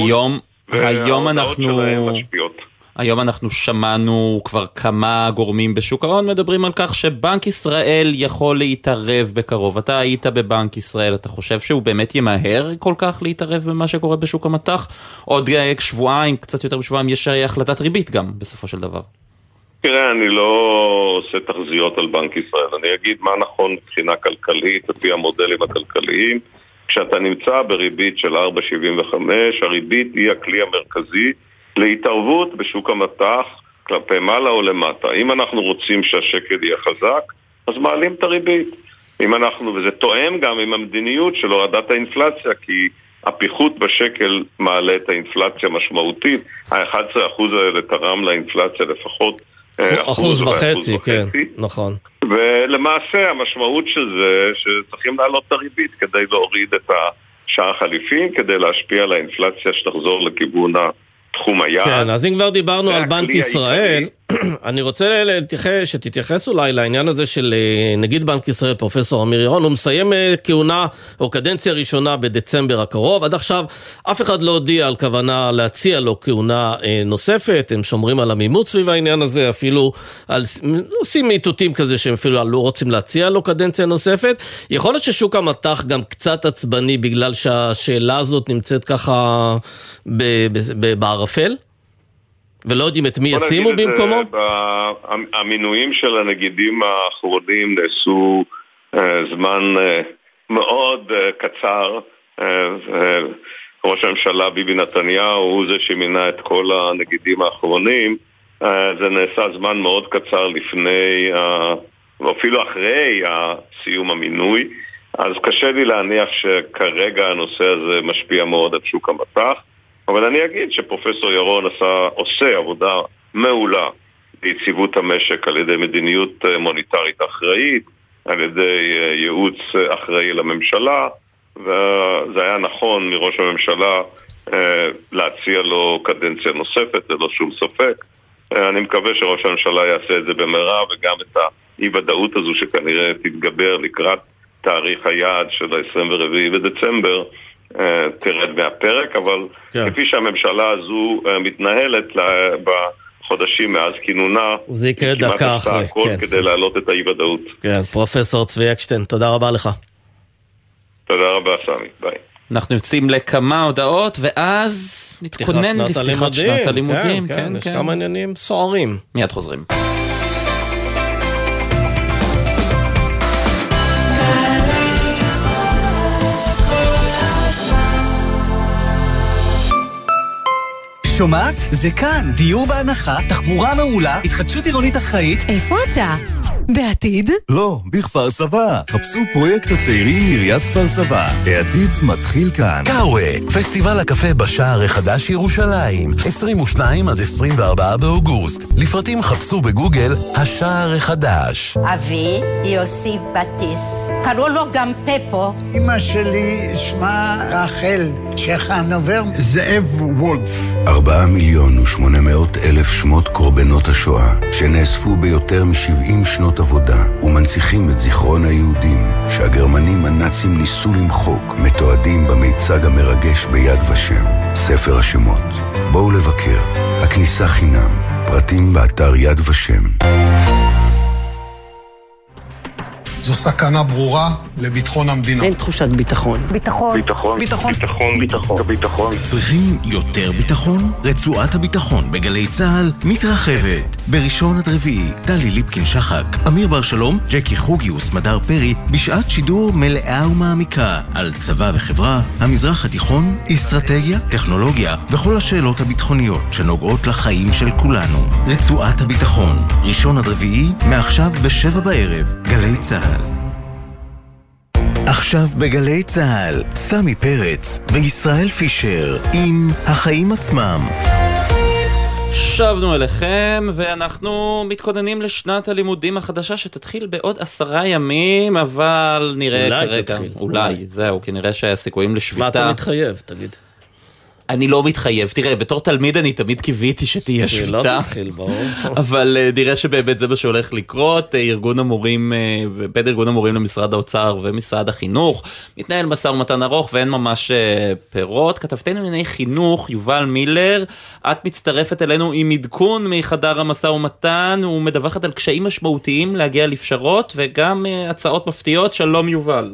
היום אנחנו שמענו כבר כמה גורמים בשוק ההון מדברים על כך שבנק ישראל יכול להתערב בקרוב. אתה היית בבנק ישראל, אתה חושב שהוא באמת ימהר כל כך להתערב במה שקורה בשוק המטח? עוד שבועיים, קצת יותר בשבועיים, יש החלטת ריבית גם בסופו של דבר. תראה, אני לא עושה תחזיות על בנק ישראל. אני אגיד מה נכון מבחינה כלכלית, לפי המודלים הכלכליים. כשאתה נמצא בריבית של 4.75, הריבית היא הכלי המרכזי להתערבות בשוק המטח כלפי מעלה או למטה. אם אנחנו רוצים שהשקל יהיה חזק, אז מעלים את הריבית. וזה תואם גם עם המדיניות של הורדת האינפלציה, כי הפיחות בשקל מעלה את האינפלציה משמעותית. ה-11% האלה תרם לאינפלציה לפחות 1.5%, כן, נכון. ולמעשה המשמעות של זה שצריכים לעלות את הריבית כדי להוריד את השער החליפין, כדי להשפיע על האינפלציה שתחזור לכיוון תחום היעד. כן, אז אם כבר דיברנו על בנק ישראל, אני רוצה שתתייחס אולי לעניין הזה של נגיד בנק ישראל, פרופסור אמיר ירון. הוא מסיים כהונה או קדנציה ראשונה בדצמבר הקרוב. עד עכשיו אף אחד לא הודיע על כוונה להציע לו כהונה נוספת. הם שומרים על המימות סביב העניין הזה, אפילו עושים מיטוטים כזה שהם אפילו לא רוצים להציע לו קדנציה נוספת. יכול להיות ששוק המטח גם קצת עצבני בגלל שהשאלה הזאת נמצאת ככה בערפל? ולא יודעים את מי ישימו במקומו? המינויים של הנגידים האחרונים נעשו זמן מאוד קצר. ראש הממשלה ביבי נתניהו הוא זה שמינה את כל הנגידים האחרונים. זה נעשה זמן מאוד קצר לפני, ואפילו אחרי סיום המינוי. אז קשה לי להניח שכרגע הנושא הזה משפיע מאוד על שוק המטח. אבל אני אגיד שפרופסור ירון עושה עבודה מעולה ביציבות המשק על ידי מדיניות מוניטרית אחראית, על ידי ייעוץ אחראי לממשלה, וזה היה נכון מראש הממשלה להציע לו קדנציה נוספת, ללא שום ספק. אני מקווה שראש הממשלה יעשה את זה במהרה, וגם את האי-ודאות הזו שכנראה תתגבר לקראת תאריך היעד של ה-24 בדצמבר, תרד מהפרק, אבל כפי שהממשלה הזו מתנהלת בחודשים מאז כינונה, זה יקרה דקה אחרי, כדי להעלות את האי-ודאות. כן, פרופסור צבי אקשטיין, תודה רבה לך. תודה רבה, סמי, ביי. אנחנו יוצאים לכמה הודעות, ואז נתכונן לפתיחת שנת הלימודים. כן, יש כמה עניינים סוערים. מיד חוזרים. שומעת? זה כאן. דיור בהנחה, תחבורה מעולה, התחדשות עירונית אחראית. איפה אתה? בעתיד? לא, בכפר סבא. חפשו פרויקט הצעירים מעיריית כפר סבא. העתיד מתחיל כאן. קאווה, פסטיבל הקפה בשער החדש ירושלים. 22 עד 24 באוגוסט. לפרטים חפשו בגוגל השער החדש. אבי יוסיף בטיס. קראו לו גם פפו. אמא שלי שמה רחל. צ'חנובר, זאב וולף. 4,800,000 שמות קורבנות השואה שנאספו ביותר מ-70 שנות עבודה ומנציחים את זיכרון היהודים שהגרמנים הנאצים ניסו למחוק, מתועדים במיצג המרגש ביד ושם, ספר השמות. בואו לבקר, הכניסה חינם, פרטים באתר יד ושם. זו סכנה ברורה לביטחון המדינה. אין תחושת ביטחון. ביטחון. ביטחון. ביטחון. ביטחון. ביטחון. ביטחון. צריכים יותר ביטחון? רצועת הביטחון בגלי צהל מתרחבת. בראשון עד רביעי, טלי ליפקין שחק, אמיר בר שלום, ג'קי חוגיוס, מדר פרי, בשעת שידור מלאה ומעמיקה על צבא וחברה, המזרח התיכון, אסטרטגיה, טכנולוגיה וכל השאלות הביטחוניות שנוגעות לחיים של כולנו. רצועת הביטחון, ראשון עד רביעי, מעכשיו ב7 בערב, גלי צהל. עכשיו בגלי צהל, סמי פרץ וישראל פישר עם החיים עצמם. שבנו אליכם ואנחנו מתכוננים לשנת הלימודים החדשה שתתחיל בעוד 10 ימים, אבל נראה כרגע, אולי, זהו, כי נראה שהסיכויים לשביתה. מה אתה מתחייב, תגיד? אני לא מתחייב, תראה, בתור תלמיד אני תמיד קיוויתי שתהיה שביתה. לא תתחיל, ברור. אבל נראה שבאמת זה מה שהולך לקרות. ארגון המורים, בין ארגון המורים למשרד האוצר ומשרד החינוך, מתנהל משא ומתן ארוך ואין ממש פירות. כתבתנו לענייני חינוך, יובל מילר, את מצטרפת אלינו עם עדכון מחדר המשא ומתן, ומדווחת על קשיים משמעותיים להגיע לפשרות, וגם הצעות מפתיעות. שלום יובל.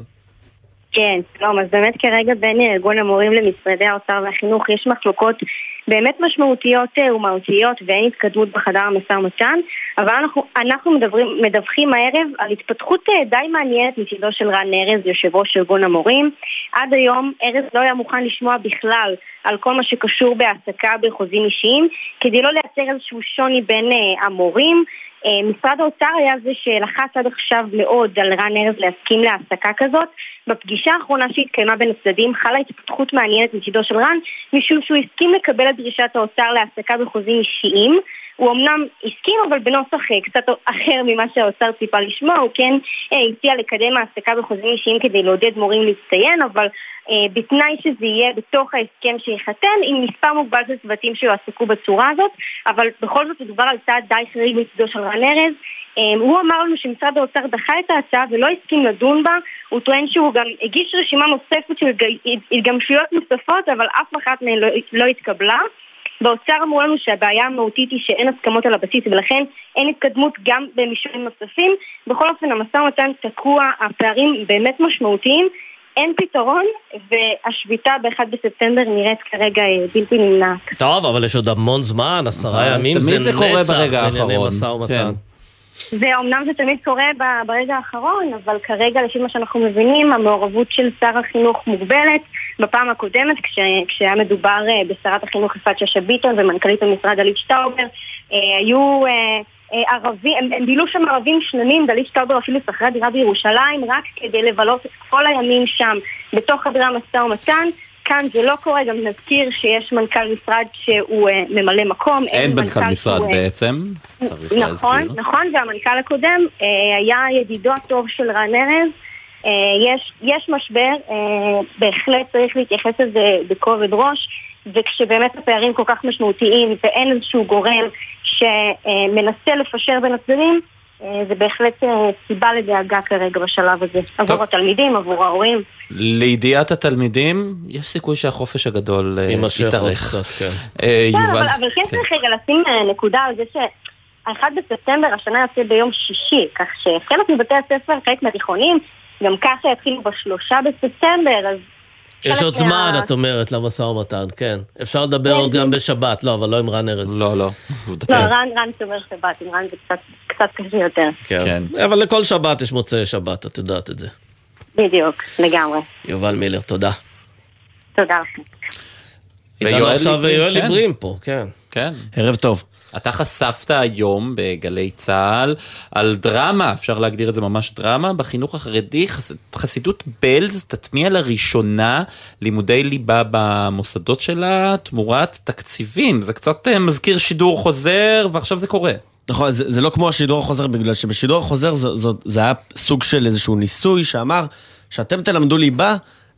כן, שלום, אז באמת כרגע בין ארגון המורים למשרדי האוצר והחינוך יש מחלוקות באמת משמעותיות ומהותיות ואין התקדמות בחדר המשא ומתן, אבל אנחנו מדווחים הערב על התפתחות די מעניינת מצידו של רן ארז, יושב ראש ארגון המורים. עד היום ארז לא היה מוכן לשמוע בכלל על כל מה שקשור בהעסקה בחוזים אישיים, כדי לא לייצר איזשהו שוני בין המורים. משרד האוצר היה זה שלחץ עד עכשיו מאוד על רן ארז להסכים להעסקה כזאת. בפגישה האחרונה שהתקיימה בין הצדדים חלה התפתחות מעניינת מצידו של רן, משום שהוא הסכים לקבל את דרישת האוצר להעסקה בחוזים אישיים. הוא אמנם הסכים, אבל בנוסח קצת אחר ממה שהאוצר ציפה לשמוע. הוא כן הציע לקדם העסקה בחוזים אישיים כדי לעודד מורים להצטיין, אבל בתנאי שזה יהיה בתוך ההסכם שיחתן עם מספר מוגבל של צוותים שיועסקו בצורה הזאת. אבל בכל זאת מדובר על צעד די חריג מצידו של רן ארז. הוא אמר לנו שמשרד האוצר דחה את ההצעה ולא הסכים לדון בה. הוא טוען שהוא גם הגיש רשימה נוספת של התגמשויות נוספות, אבל אף אחת מהן לא התקבלה. באוצר אמרו לנו שהבעיה המהותית היא שאין הסכמות על הבסיס, ולכן אין התקדמות גם במישורים נוספים. בכל אופן, המשא ומתן תקוע, הפערים באמת משמעותיים, אין פתרון, והשביתה ב1 בספטמבר נראית כרגע בלתי נמנעת. טוב, אבל יש עוד המון זמן, 10 ימים, זה קורה ברגע האחרון. זה אומנם זה תמיד קורה ברגע האחרון, אבל כרגע לפי מה שאנחנו מבינים, המעורבות של שר החינוך מוגבלת. בפעם הקודמת, כשהיה מדובר בשרת החינוך יפעת שאשא ביטון ומנכ"לית המשרד דלית שטאובר, היו ערבים, הם בילו שם ערבים שלמים. דלית שטאובר אפילו שכרה דירה בירושלים רק כדי לבלות את כל הימים שם בתוך חדרי המשא ומתן. כאן זה לא קורה, גם נזכיר שיש מנכ"ל משרד שהוא ממלא מקום. אין מנכ"ל משרד בעצם. נכון, והמנכ"ל הקודם היה ידידו הטוב של רן ארז. יש משבר, בהחלט צריך להתייחס לזה בכובד ראש, וכשבאמת הפערים כל כך משמעותיים ואין איזשהו גורם שמנסה לפשר בין הצדדים, זה בהחלט סיבה לדאגה כרגע בשלב הזה, עבור התלמידים, עבור ההורים. לידיעת התלמידים, יש סיכוי שהחופש הגדול יתארך. אבל כן צריך רגע לשים נקודה על זה ש1 בספטמבר השנה יוצא ביום שישי, כך שחלק מבתי הספר, חלק מהתיכונים, גם ככה יתחילו ב3 בספטמבר, אז... יש עוד זמן, את אומרת, למשא ומתן, כן. אפשר לדבר עוד גם בשבת, לא, אבל לא עם רן ארז. לא. לא, רן תומר שבת, עם רן זה קצת קשה יותר. כן, אבל לכל שבת יש מוצאי שבת, את יודעת את זה. בדיוק, לגמרי. יובל מילר, תודה. תודה לכם. איתנו עכשיו יואל עיברים פה, כן. כן. ערב טוב. אתה חשפת היום בגלי צהל על דרמה, אפשר להגדיר את זה ממש דרמה, בחינוך החרדי. חסידות בלז תטמיע לראשונה לימודי ליבה במוסדות שלה תמורת תקציבים. זה קצת מזכיר שידור חוזר, ועכשיו זה קורה. נכון, זה לא כמו השידור החוזר, בגלל שבשידור החוזר זה היה סוג של איזשהו ניסוי שאמר שאתם תלמדו ליבה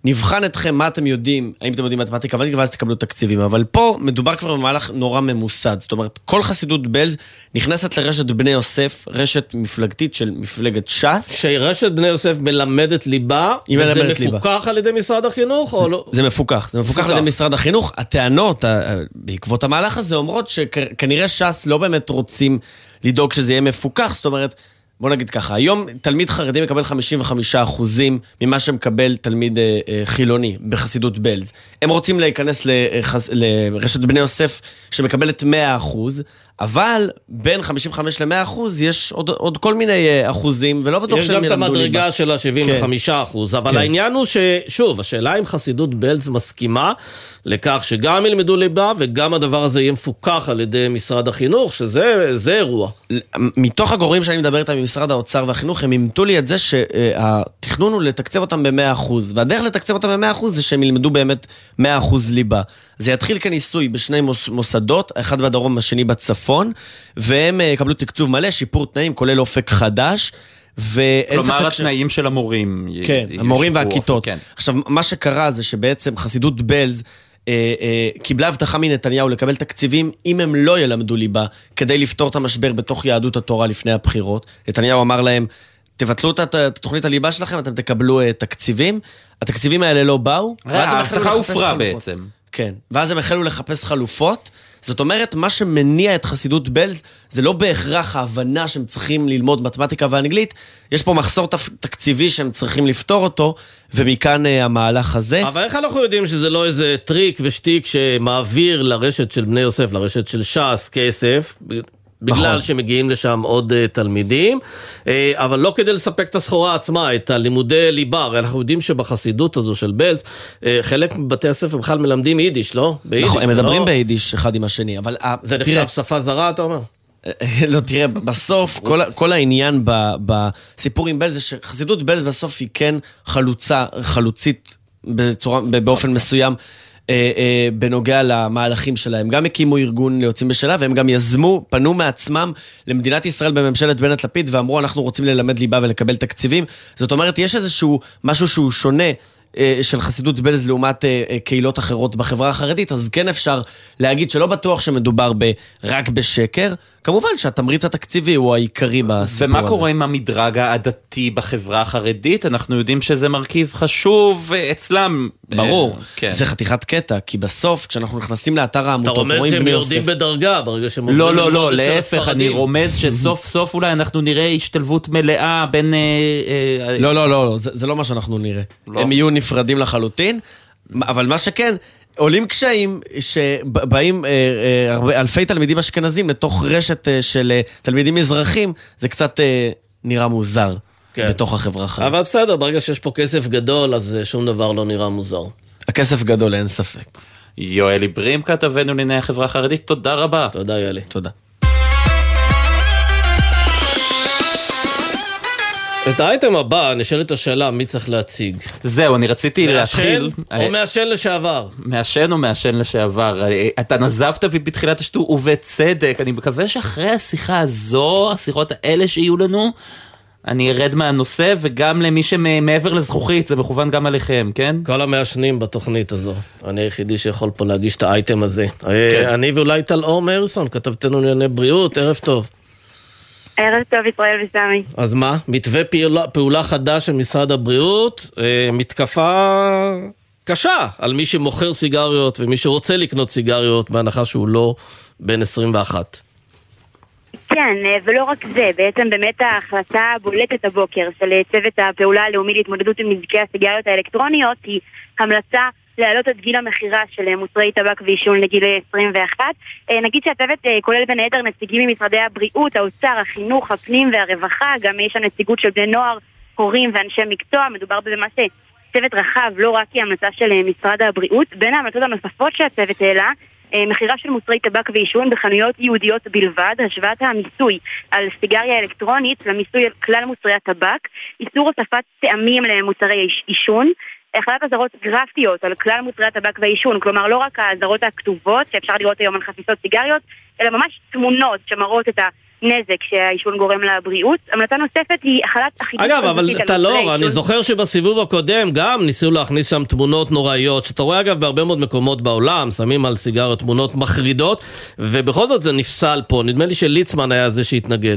נבחן אתכם מה אתם יודעים, האם אתם יודעים מתמטיקה, ואז תקבלו תקציבים. אבל פה מדובר כבר במהלך נורא ממוסד. זאת אומרת, כל חסידות בלז נכנסת לרשת בני יוסף, רשת מפלגתית של מפלגת ש"ס. שרשת בני יוסף מלמדת ליבה, וזה מפוקח על ידי משרד החינוך או לא? זה מפוקח, זה מפוקח על ידי משרד החינוך. הטענות, בעקבות המהלך הזה, אומרות שכנראה ש"ס לא באמת רוצים לדאוג שזה יהיה מפוקח, זאת אומרת, בוא נגיד ככה, היום תלמיד חרדי מקבל 55% ממה שמקבל תלמיד חילוני בחסידות בלז. הם רוצים להיכנס לרשת בני יוסף שמקבלת 100%, אבל בין 55 ל-100% יש עוד כל מיני אחוזים, ולא בטוח שהם ילמדו ליבה. יש גם את המדרגה של ה-75%, אבל העניין הוא ששוב, השאלה אם חסידות בלז מסכימה לכך שגם ילמדו ליבה, וגם הדבר הזה יהיה מפוקח על ידי משרד החינוך, שזה אירוע. מתוך הגורמים שאני מדבר איתם ממשרד האוצר והחינוך, הם אימתו לי את זה שהתכנון הוא לתקצב אותם ב-100%, והדרך לתקצב אותם ב-100% זה שהם ילמדו באמת 100% ליבה. זה יתחיל כניסוי בשני מוסדות, אחד בדרום, השני בצפון, והם יקבלו תקצוב מלא, שיפור תנאים, כולל אופק חדש, כלומר התנאים של המורים. כן, המורים והכיתות. עכשיו, מה שקרה זה שבעצם חסידות בלז קיבלה הבטחה מנתניהו לקבל תקציבים אם הם לא ילמדו ליבה, כדי לפתור את המשבר בתוך יהדות התורה לפני הבחירות. נתניהו אמר להם, תבטלו את תוכנית הליבה שלכם, אתם תקבלו תקציבים. התקציבים האלה לא באו. ההבטחה הופרה בעצם. כן, ואז הם החלו לחפש חלופות. זאת אומרת, מה שמניע את חסידות בלז, זה לא בהכרח ההבנה שהם צריכים ללמוד מתמטיקה ואנגלית, יש פה מחסור תקציבי שהם צריכים לפתור אותו, ומכאן המהלך הזה. אבל איך אנחנו יודעים שזה לא איזה טריק ושטיק שמעביר לרשת של בני יוסף, לרשת של ש"ס כסף, בגלל שמגיעים לשם עוד תלמידים, אבל לא כדי לספק את הסחורה עצמה, את הלימודי ליבה. הרי אנחנו יודעים שבחסידות הזו של בלז, חלק מבתי הספר בכלל מלמדים יידיש, לא? נכון, הם מדברים ביידיש אחד עם השני, אבל זה נחשב שפה זרה, אתה אומר? לא, תראה, בסוף, כל העניין בסיפור עם בלז, זה שחסידות בלז בסוף היא כן חלוצית באופן מסוים, בנוגע למהלכים שלהם. גם הקימו ארגון ליוצאים בשאלה, והם גם יזמו, פנו מעצמם למדינת ישראל בממשלת בנט לפיד, ואמרו אנחנו רוצים ללמד ליבה ולקבל תקציבים. זאת אומרת, יש איזשהו משהו שהוא שונה של חסידות בלז לעומת קהילות אחרות בחברה החרדית, אז כן אפשר להגיד שלא בטוח שמדובר רק בשקר. כמובן שהתמריץ התקציבי הוא העיקרי בסיפור הזה. ומה קורה עם המדרג העדתי בחברה החרדית? אנחנו יודעים שזה מרכיב חשוב אצלם. ברור, זה חתיכת קטע, כי בסוף כשאנחנו נכנסים לאתר העמותות, אתה רומז שהם יורדים בדרגה ברגע שהם לא, להפך, אני רומז שסוף סוף אולי אנחנו נראה השתלבות מלאה בין... לא, זה לא מה שאנחנו נראה. הם יהיו נפרדים לחלוטין, אבל מה שכן, עולים קשיים שבאים אלפי תלמידים אשכנזים לתוך רשת של תלמידים מזרחים, זה קצת נראה מוזר בתוך החברה החרדית. אבל בסדר, ברגע שיש פה כסף גדול, אז שום דבר לא נראה מוזר. הכסף גדול, אין ספק. יואלי ברים, כתבנו לענייני החברה החרדית, תודה רבה. תודה יואלי. תודה. את האייטם הבא, נשאלת השאלה, מי צריך להציג? זהו, אני רציתי להתחיל... או מעשן לשעבר? מעשן או מעשן לשעבר? אתה נזבת בי בתחילת השטות, ובצדק. אני מקווה שאחרי השיחה הזו, השיחות האלה שיהיו לנו, אני ארד מהנושא, וגם למי שמעבר לזכוכית, זה מכוון גם עליכם, כן? כל המעשנים בתוכנית הזו. אני היחידי שיכול פה להגיש את האייטם הזה. אני ואולי טל אור מאירסון, כתבתנו לענייני בריאות, ערב טוב. ערב טוב, ישראל וסמי. אז מה? מתווה פעולה חדש של משרד הבריאות, מתקפה קשה על מי שמוכר סיגריות ומי שרוצה לקנות סיגריות, בהנחה שהוא לא בן 21. כן, ולא רק זה, בעצם באמת ההחלטה הבולטת הבוקר של צוות הפעולה הלאומי להתמודדות עם נזקי הסיגריות האלקטרוניות היא המלצה להעלות את גיל המחירה של מוצרי טבק ועישון לגיל 21. נגיד שהצוות כולל בין היתר נציגים ממשרדי הבריאות, האוצר, החינוך, הפנים והרווחה, גם יש הנציגות של בני נוער, הורים ואנשי מקצוע. מדובר במה שצוות רחב, לא רק היא המלצה של משרד הבריאות. בין ההמלצות הנוספות שהצוות העלה, מחירה של מוצרי טבק ועישון בחנויות יהודיות בלבד, השוואת המיסוי על סיגריה אלקטרונית למיסוי על כלל מוצרי הטבק, איסור הוספת טעמים למוצרי עישון, החלת אזהרות גרפטיות על כלל מוצרי הטבק והעישון, כלומר לא רק האזהרות הכתובות שאפשר לראות היום על חפיסות סיגריות, אלא ממש תמונות שמראות את נזק שהעישון גורם לבריאות. המלצה נוספת היא החלת אחידות. אגב, אבל טלור, אני זוכר שבסיבוב הקודם גם ניסו להכניס שם תמונות נוראיות, שאתה רואה אגב בהרבה מאוד מקומות בעולם, שמים על סיגריות תמונות מחרידות, ובכל זאת זה נפסל פה. נדמה לי שליצמן היה זה שהתנגד.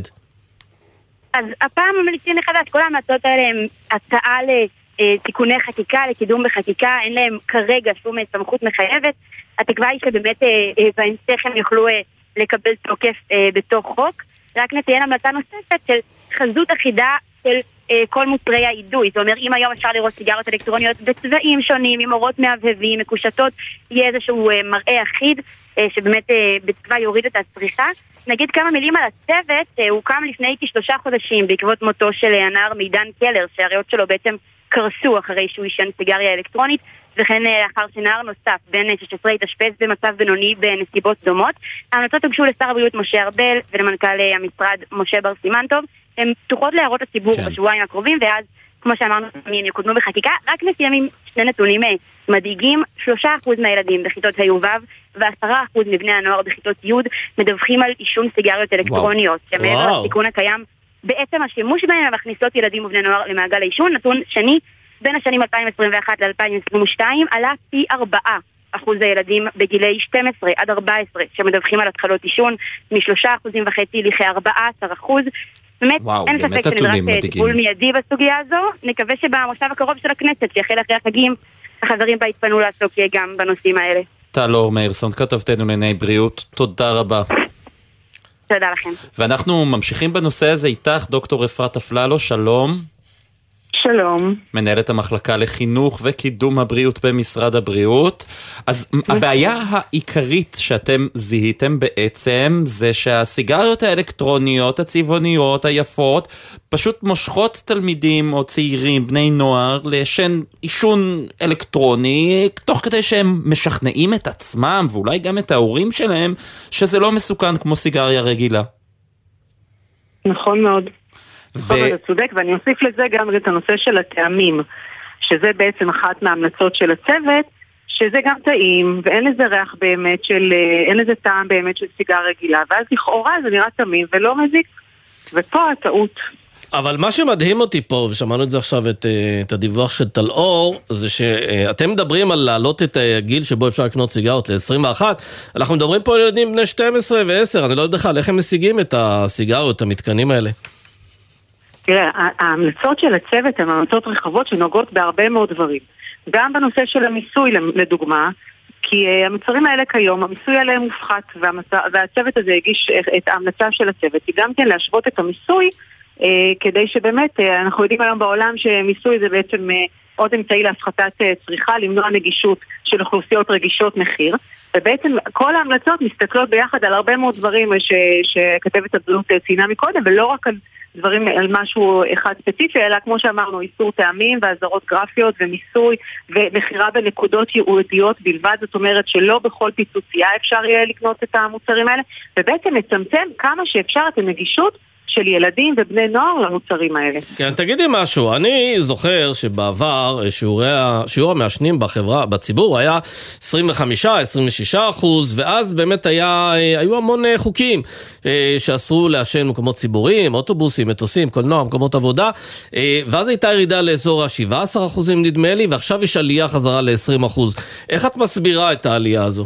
אז הפעם ממליצים מחדש, כל ההמלצות האלה הם הצעה לתיקוני חקיקה, לקידום בחקיקה, אין להם כרגע שום סמכות מחייבת. התקווה היא שבאמת בהמשך הם יוכלו לקבל תוקף בתוך חוק. רק נציין המלצה נוספת של חזות אחידה של כל מוצרי העידוי. זאת אומרת, אם היום אפשר לראות סיגריות אלקטרוניות בצבעים שונים, עם אורות מהבהבים, מקושטות, יהיה איזשהו מראה אחיד שבאמת בתקווה יוריד את הצריכה. נגיד כמה מילים על הצוות, הוא קם לפני כ3 חודשים בעקבות מותו של הנער מידן קלר, שהריאות שלו בעצם קרסו אחרי שהוא עישן סיגריה אלקטרונית, וכן לאחר שנער נוסף בין 16 התאשפז במצב בינוני בנסיבות דומות. ההמלצות הוגשו לשר הבריאות משה ארבל ולמנכ"ל המשרד משה בר סימן-טוב. הן פתוחות להערות הציבור בשבועיים הקרובים, ואז כמו שאמרנו, הם יקודמו בחקיקה. רק נסיים עם 2 נתונים מדאיגים. 3% מהילדים בכיתות ה' וו' ו10% מבני הנוער בכיתות י' מדווחים על עישון סיגריות אלקטרוניות. שמעבר לסיכון הקיים, בעצם השימוש בהם מכניסות ילדים ובני נוער למעגל העישון. נתון שני, בין השנים 2021 ל-2022 עלה פי 4% הילדים בגילי 12 עד 14 שמדווחים על התחלות עישון, מ3.5% לכ-14%. באמת, אין ספק שנדרש טיפול מיידי בסוגיה הזו. נקווה שבמושב הקרוב של הכנסת, שיחל אחרי החגים, החברים בה יתפנו לעסוק גם בנושאים האלה. טלור מאירסון, כתבתנו לענייני בריאות, תודה רבה. תודה לכם. ואנחנו ממשיכים בנושא הזה איתך, דוקטור אפרת אפללו, שלום. שלום. מנהלת המחלקה לחינוך וקידום הבריאות במשרד הבריאות. אז הבעיה העיקרית שאתם זיהיתם בעצם זה שהסיגריות האלקטרוניות, הצבעוניות, היפות, פשוט מושכות תלמידים או צעירים, בני נוער, עישון אלקטרוני, תוך כדי שהם משכנעים את עצמם ואולי גם את ההורים שלהם שזה לא מסוכן כמו סיגריה רגילה. נכון מאוד. אתה צודק, ואני אוסיף לזה גם את הנושא של הטעמים, שזה בעצם אחת מההמלצות של הצוות, שזה גם טעים, ואין לזה ריח באמת אין לזה טעם באמת של סיגר רגילה, ואז לכאורה זה נראה טעים ולא מזיק, ופה הטעות. אבל מה שמדהים אותי פה, ושמענו את זה עכשיו, את הדיווח של טלאור, זה שאתם מדברים על להעלות את הגיל שבו אפשר לקנות סיגרות ל-21, אנחנו מדברים פה על ילדים בני 12 ו-10, אני לא יודע בכלל איך הם משיגים את הסיגרות, המתקנים האלה. תראה, ההמלצות של הצוות הן המלצות רחבות שנוגעות בהרבה מאוד דברים. גם בנושא של המיסוי, לדוגמה, כי המוצרים האלה כיום, המיסוי עליהם מופחת, והצוות הזה הגיש את ההמלצה של הצוות, היא גם כן להשוות את המיסוי, כדי שבאמת, אנחנו יודעים היום בעולם שמיסוי זה בעצם עוד אמצעי להפחתת צריכה, למנוע נגישות של אוכלוסיות רגישות מחיר, ובעצם כל ההמלצות מסתכלות ביחד על הרבה מאוד דברים שכתבת הבריאות ציינה מקודם, ולא רק דברים על משהו אחד ספציפי, אלא כמו שאמרנו, איסור טעמים והזרות גרפיות ומיסוי ומחירה בנקודות ייעודיות בלבד, זאת אומרת שלא בכל פיצוצייה אפשר יהיה לקנות את המוצרים האלה, ובעצם מצמצם כמה שאפשר את הנגישות של ילדים ובני נוער למוצרים האלה. כן, תגידי משהו, אני זוכר שבעבר שיעור המעשנים בציבור היה 25-26%, ואז באמת היו המון חוקים שאסרו לעשן מקומות ציבוריים, אוטובוסים, מטוסים, קולנוע, מקומות עבודה, ואז הייתה ירידה לאזור ה-17% נדמה לי, ועכשיו יש עלייה חזרה ל-20%. איך את מסבירה את העלייה הזו?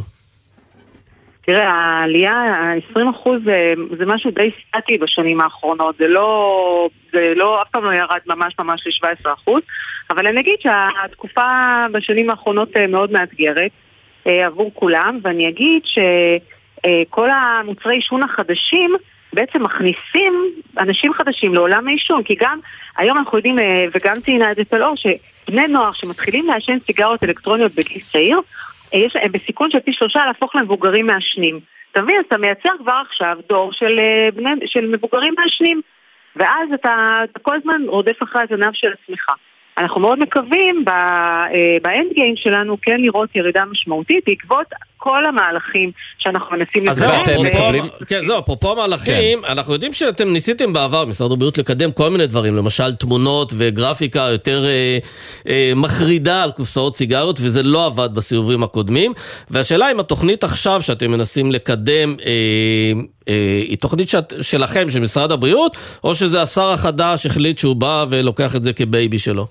תראה, העלייה, ה-20% זה משהו די סטטי בשנים האחרונות, זה לא, אף פעם לא ירד ממש ל-17%, אבל אני אגיד שהתקופה בשנים האחרונות מאוד מאתגרת עבור כולם, ואני אגיד שכל המוצרי עישון החדשים בעצם מכניסים אנשים חדשים לעולם העישון, כי גם היום אנחנו יודעים, וגם ציינה את זה טלאור, שבני נוער שמתחילים לעשן סיגריות אלקטרוניות בגיל צעיר, יש בסיכון של פי 3 להפוך למבוגרים מעשנים. אתה מבין, אתה מייצר כבר עכשיו דור של מבוגרים מעשנים, ואז אתה כל הזמן רודף אחרי הזנב של עצמך. אנחנו מאוד מקווים באנד גיים שלנו כן לראות ירידה משמעותית בעקבות כל המהלכים שאנחנו מנסים זהו, אפרופו מהלכים, אנחנו יודעים שאתם ניסיתם בעבר, משרד הבריאות, לקדם כל מיני דברים, למשל תמונות וגרפיקה יותר מחרידה על קופסאות סיגריות, וזה לא עבד בסיבובים הקודמים, והשאלה אם התוכנית עכשיו שאתם מנסים לקדם היא תוכנית שלכם, של משרד הבריאות, או שזה השר החדש החליט שהוא בא ולוקח את זה כבייבי שלו?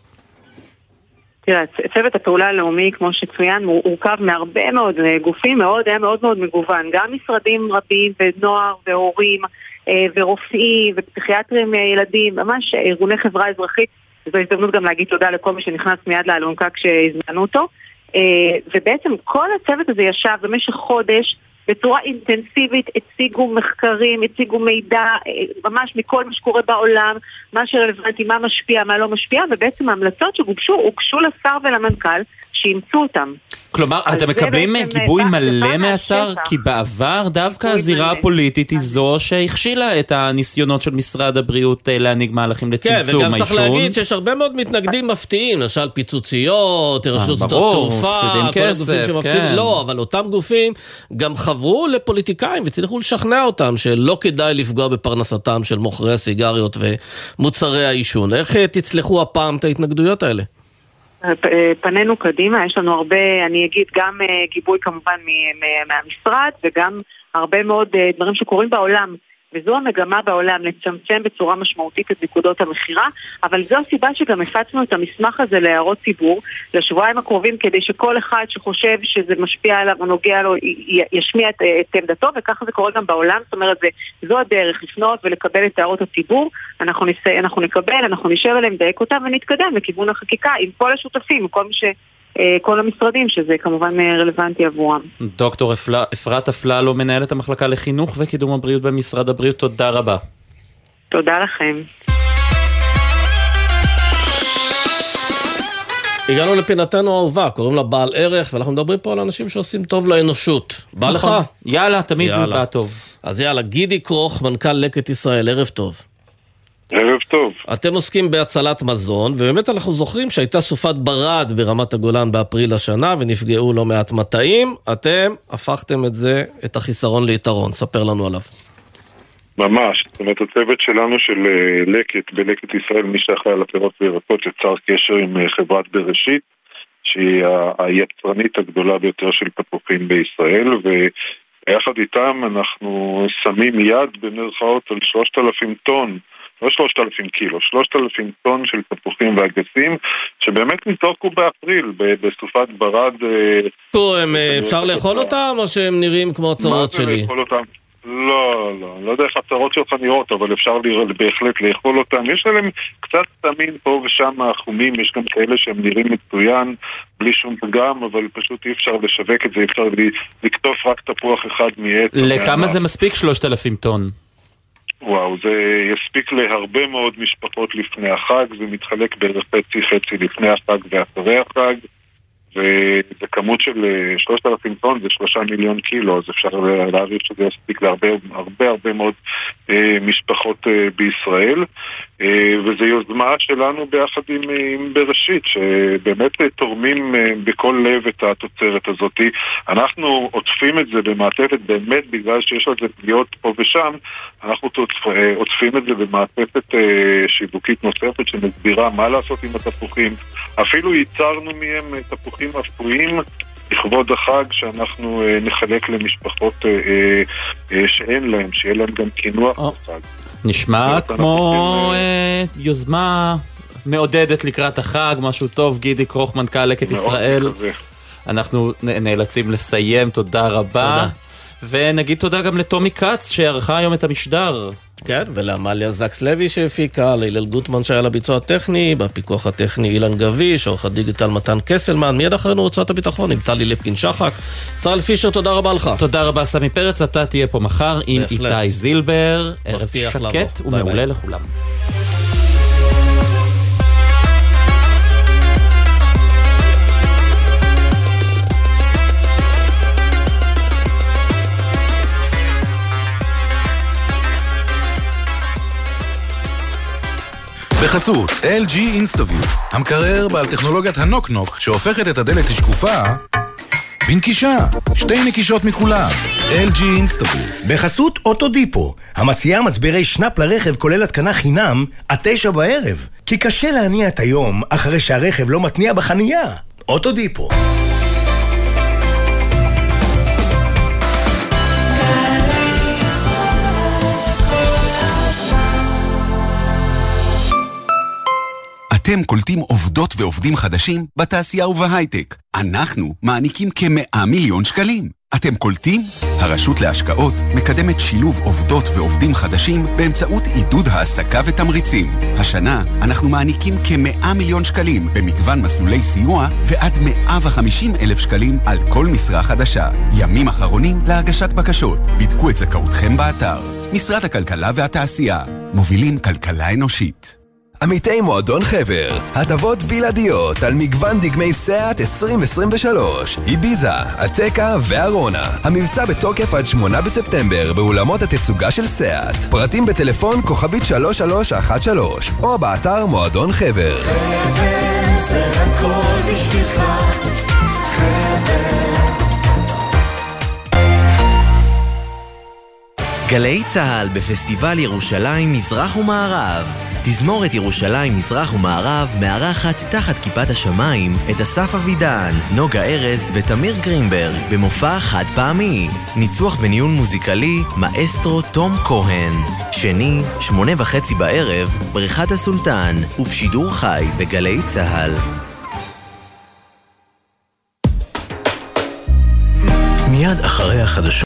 תראה, צוות הפעולה הלאומי, כמו שצוין, הוא הורכב מהרבה מאוד גופים, היה מאוד מאוד מגוון, גם משרדים רבים ונוער והורים ורופאים ופסיכיאטרים ילדים, ממש ארגוני חברה אזרחית. זו הזדמנות גם להגיד תודה לכל מי שנכנס מיד לאלונקה כשהזמנו אותו, ובעצם כל הצוות הזה ישב במשך חודש בצורה אינטנסיבית, הציגו מחקרים, הציגו מידע ממש מכל מה שקורה בעולם, מה שרלוונטי, מה משפיע, מה לא משפיע, ובעצם ההמלצות הוגשו לשר ולמנכ"ל שימצאו אותם. כלומר, אתם מקבלים גיבוי מלא מהשר, כי בעבר דווקא הזירה הפוליטית היא זו שהכשילה את הניסיונות של משרד הבריאות להנהיג מהלכים לצמצום העישון. כן, וגם צריך להגיד שיש הרבה מאוד מתנגדים מפתיעים, למשל פיצוציות, רשות שדות תעופה, כל הגופים שמפתיעים, לא, אבל אותם גופים גם חברו לפוליטיקאים וצריכו לשכנע אותם שלא כדאי לפגוע בפרנסתם של מוכרי הסיגריות ומוצרי העישון. איך תצלחו הפעם את ההתנגדויות האלה? פנינו קדימה, יש לנו הרבה, אני אגיד, גם גיבוי כמובן מהמשרד וגם הרבה מאוד דברים שקורים בעולם, וזו המגמה בעולם, לצמצם בצורה משמעותית את נקודות המחירה, אבל זו הסיבה שגם הפצנו את המסמך הזה להערות ציבור לשבועיים הקרובים, כדי שכל אחד שחושב שזה משפיע עליו או נוגע לו ישמיע את עמדתו, וככה זה קורה גם בעולם. זאת אומרת, זו הדרך לפנות ולקבל את הערות הציבור. אנחנו נקבל, אנחנו נשאר אליהם, דייק אותם ונתקדם לכיוון החקיקה עם כל השותפים, כל המשרדים, שזה כמובן רלוונטי עבורם. דוקטור אפרת אפללו, מנהלת המחלקה לחינוך וקידום הבריאות במשרד הבריאות, תודה רבה. תודה לכם. הגענו לפינתנו האהובה, קוראים לה בעל ערך, ואנחנו מדברים פה על אנשים שעושים טוב לאנושות. בא לך? יאללה, תמיד זה בא טוב. אז יאללה, גידי כרוך, מנכ"ל לקט ישראל, ערב טוב. ערב טוב. אתם עוסקים בהצלת מזון, ובאמת אנחנו זוכרים שהייתה סופת ברד ברמת הגולן באפריל השנה, ונפגעו לא מעט מטעים. אתם הפכתם את החיסרון ליתרון. ספר לנו עליו. ממש. זאת אומרת, הצוות שלנו של לקט, בלקט ישראל, מי שאחראי על הפירות וירקות, יצר קשר עם חברת בראשית, שהיא היצרנית הגדולה ביותר של תפוחים בישראל, ויחד איתם אנחנו שמים יד במרכאות על 3,000 טון, לא 3,000 קילו, 3,000 טון של תפוחים ואגסים, שבאמת נזרקו באפריל, בסופת ברד. אפשר לאכול אותם, או שהם נראים כמו הצרות שלי? מה זה לאכול אותם? לא יודע איך הצרות שלך נראות, אבל אפשר בהחלט לאכול אותם. יש להם קצת סמים פה ושם חומים, יש גם כאלה שהם נראים מצוין, בלי שום פגם, אבל פשוט אי אפשר לשווק את זה, אפשר לקטוף רק תפוח אחד מעץ. לכמה זה מספיק 3,000 טון? וואו, זה יספיק להרבה מאוד משפחות לפני החג, זה מתחלק בערך חצי לפני החג ואחרי החג, וזה כמות של 3,000 טון, זה 3 מיליון קילו, אז אפשר להעריך שזה יספיק להרבה מאוד משפחות בישראל, וזו יוזמה שלנו ביחד עם בראשית, שבאמת תורמים בכל לב את התוצרת הזאת. אנחנו עוטפים את זה במעטפת, באמת בגלל שיש על זה פגיעות פה ושם, אנחנו עוטפים את זה במעטפת שיווקית נוספת שמסבירה מה לעשות עם התפוחים. אפילו ייצרנו מהם תפוחים אפויים לכבוד החג שאנחנו נחלק למשפחות שאין להם, שיהיה להם גם קינוח בחג. נשמע כמו יוזמה מעודדת לקראת החג, משהו טוב. גידי כרוך, מנכ"ל לקט ישראל. אנחנו נאלצים לסיים, תודה רבה. ונגיד תודה גם לתומי קץ שערכה היום את המשדר. כן, ולעמליה זקס לוי שהפיקה, להילל גוטמן שהיה לביצוע הטכני, בפיקוח הטכני אילן גביש, עורך הדיגיטל מתן קסלמן, מיד אחרינו רצועת הביטחון עם טלי ליפקין שחק. ישראל פישר, תודה רבה לך. תודה רבה סמי פרץ, אתה תהיה פה מחר עם איתי זילבר. ערב שקט ומעולה לכולם. בחסות LG InstaView, המקרר בעל טכנולוגיית הנוק-נוק שהופכת את הדלת לשקופה בנקישה, 2 נקישות מכולם. LG אינסטגרם. בחסות אוטודיפו, המציעה מצברי שנאפ לרכב כולל התקנה חינם עד 9 בערב. כי קשה להניע את היום אחרי שהרכב לא מתניע בחנייה. אוטודיפו. אתם קולטים עובדות ועובדים חדשים בתעשייה ובהייטק. אנחנו מעניקים כ100 מיליון שקלים. אתם קולטים? הרשות להשקעות מקדמת שילוב עובדות ועובדים חדשים באמצעות עידוד העסקה ותמריצים. השנה אנחנו מעניקים כ100 מיליון שקלים במגוון מסלולי סיוע ועד 150,000 שקלים על כל משרה חדשה. ימים אחרונים להגשת בקשות. בדקו את זכאותכם באתר. משרד הכלכלה והתעשייה. מובילים כלכלה אנושית. עמיתי מועדון חבר, הטבות בלעדיות על מגוון דגמי סאט 2023, איביזה, עתקה וארונה. המבצע בתוקף עד 8 בספטמבר באולמות התצוגה של סאט. פרטים בטלפון כוכבית 3313 או באתר מועדון חבר. חבר זה הכל בשבילך, חבר. גלי צהל בפסטיבל ירושלים מזרח ומערב. תזמורת ירושלים מזרח ומערב מארחת תחת כיפת השמיים את אסף אבידן, נוגה ארז ותמיר גרינברג במופע חד פעמי. ניצוח בניון מוזיקלי מאסטרו תום כהן. שני, 8:30 בערב, בריכת הסולטן, ובשידור חי בגלי צהל. מיד אחרי החדשות.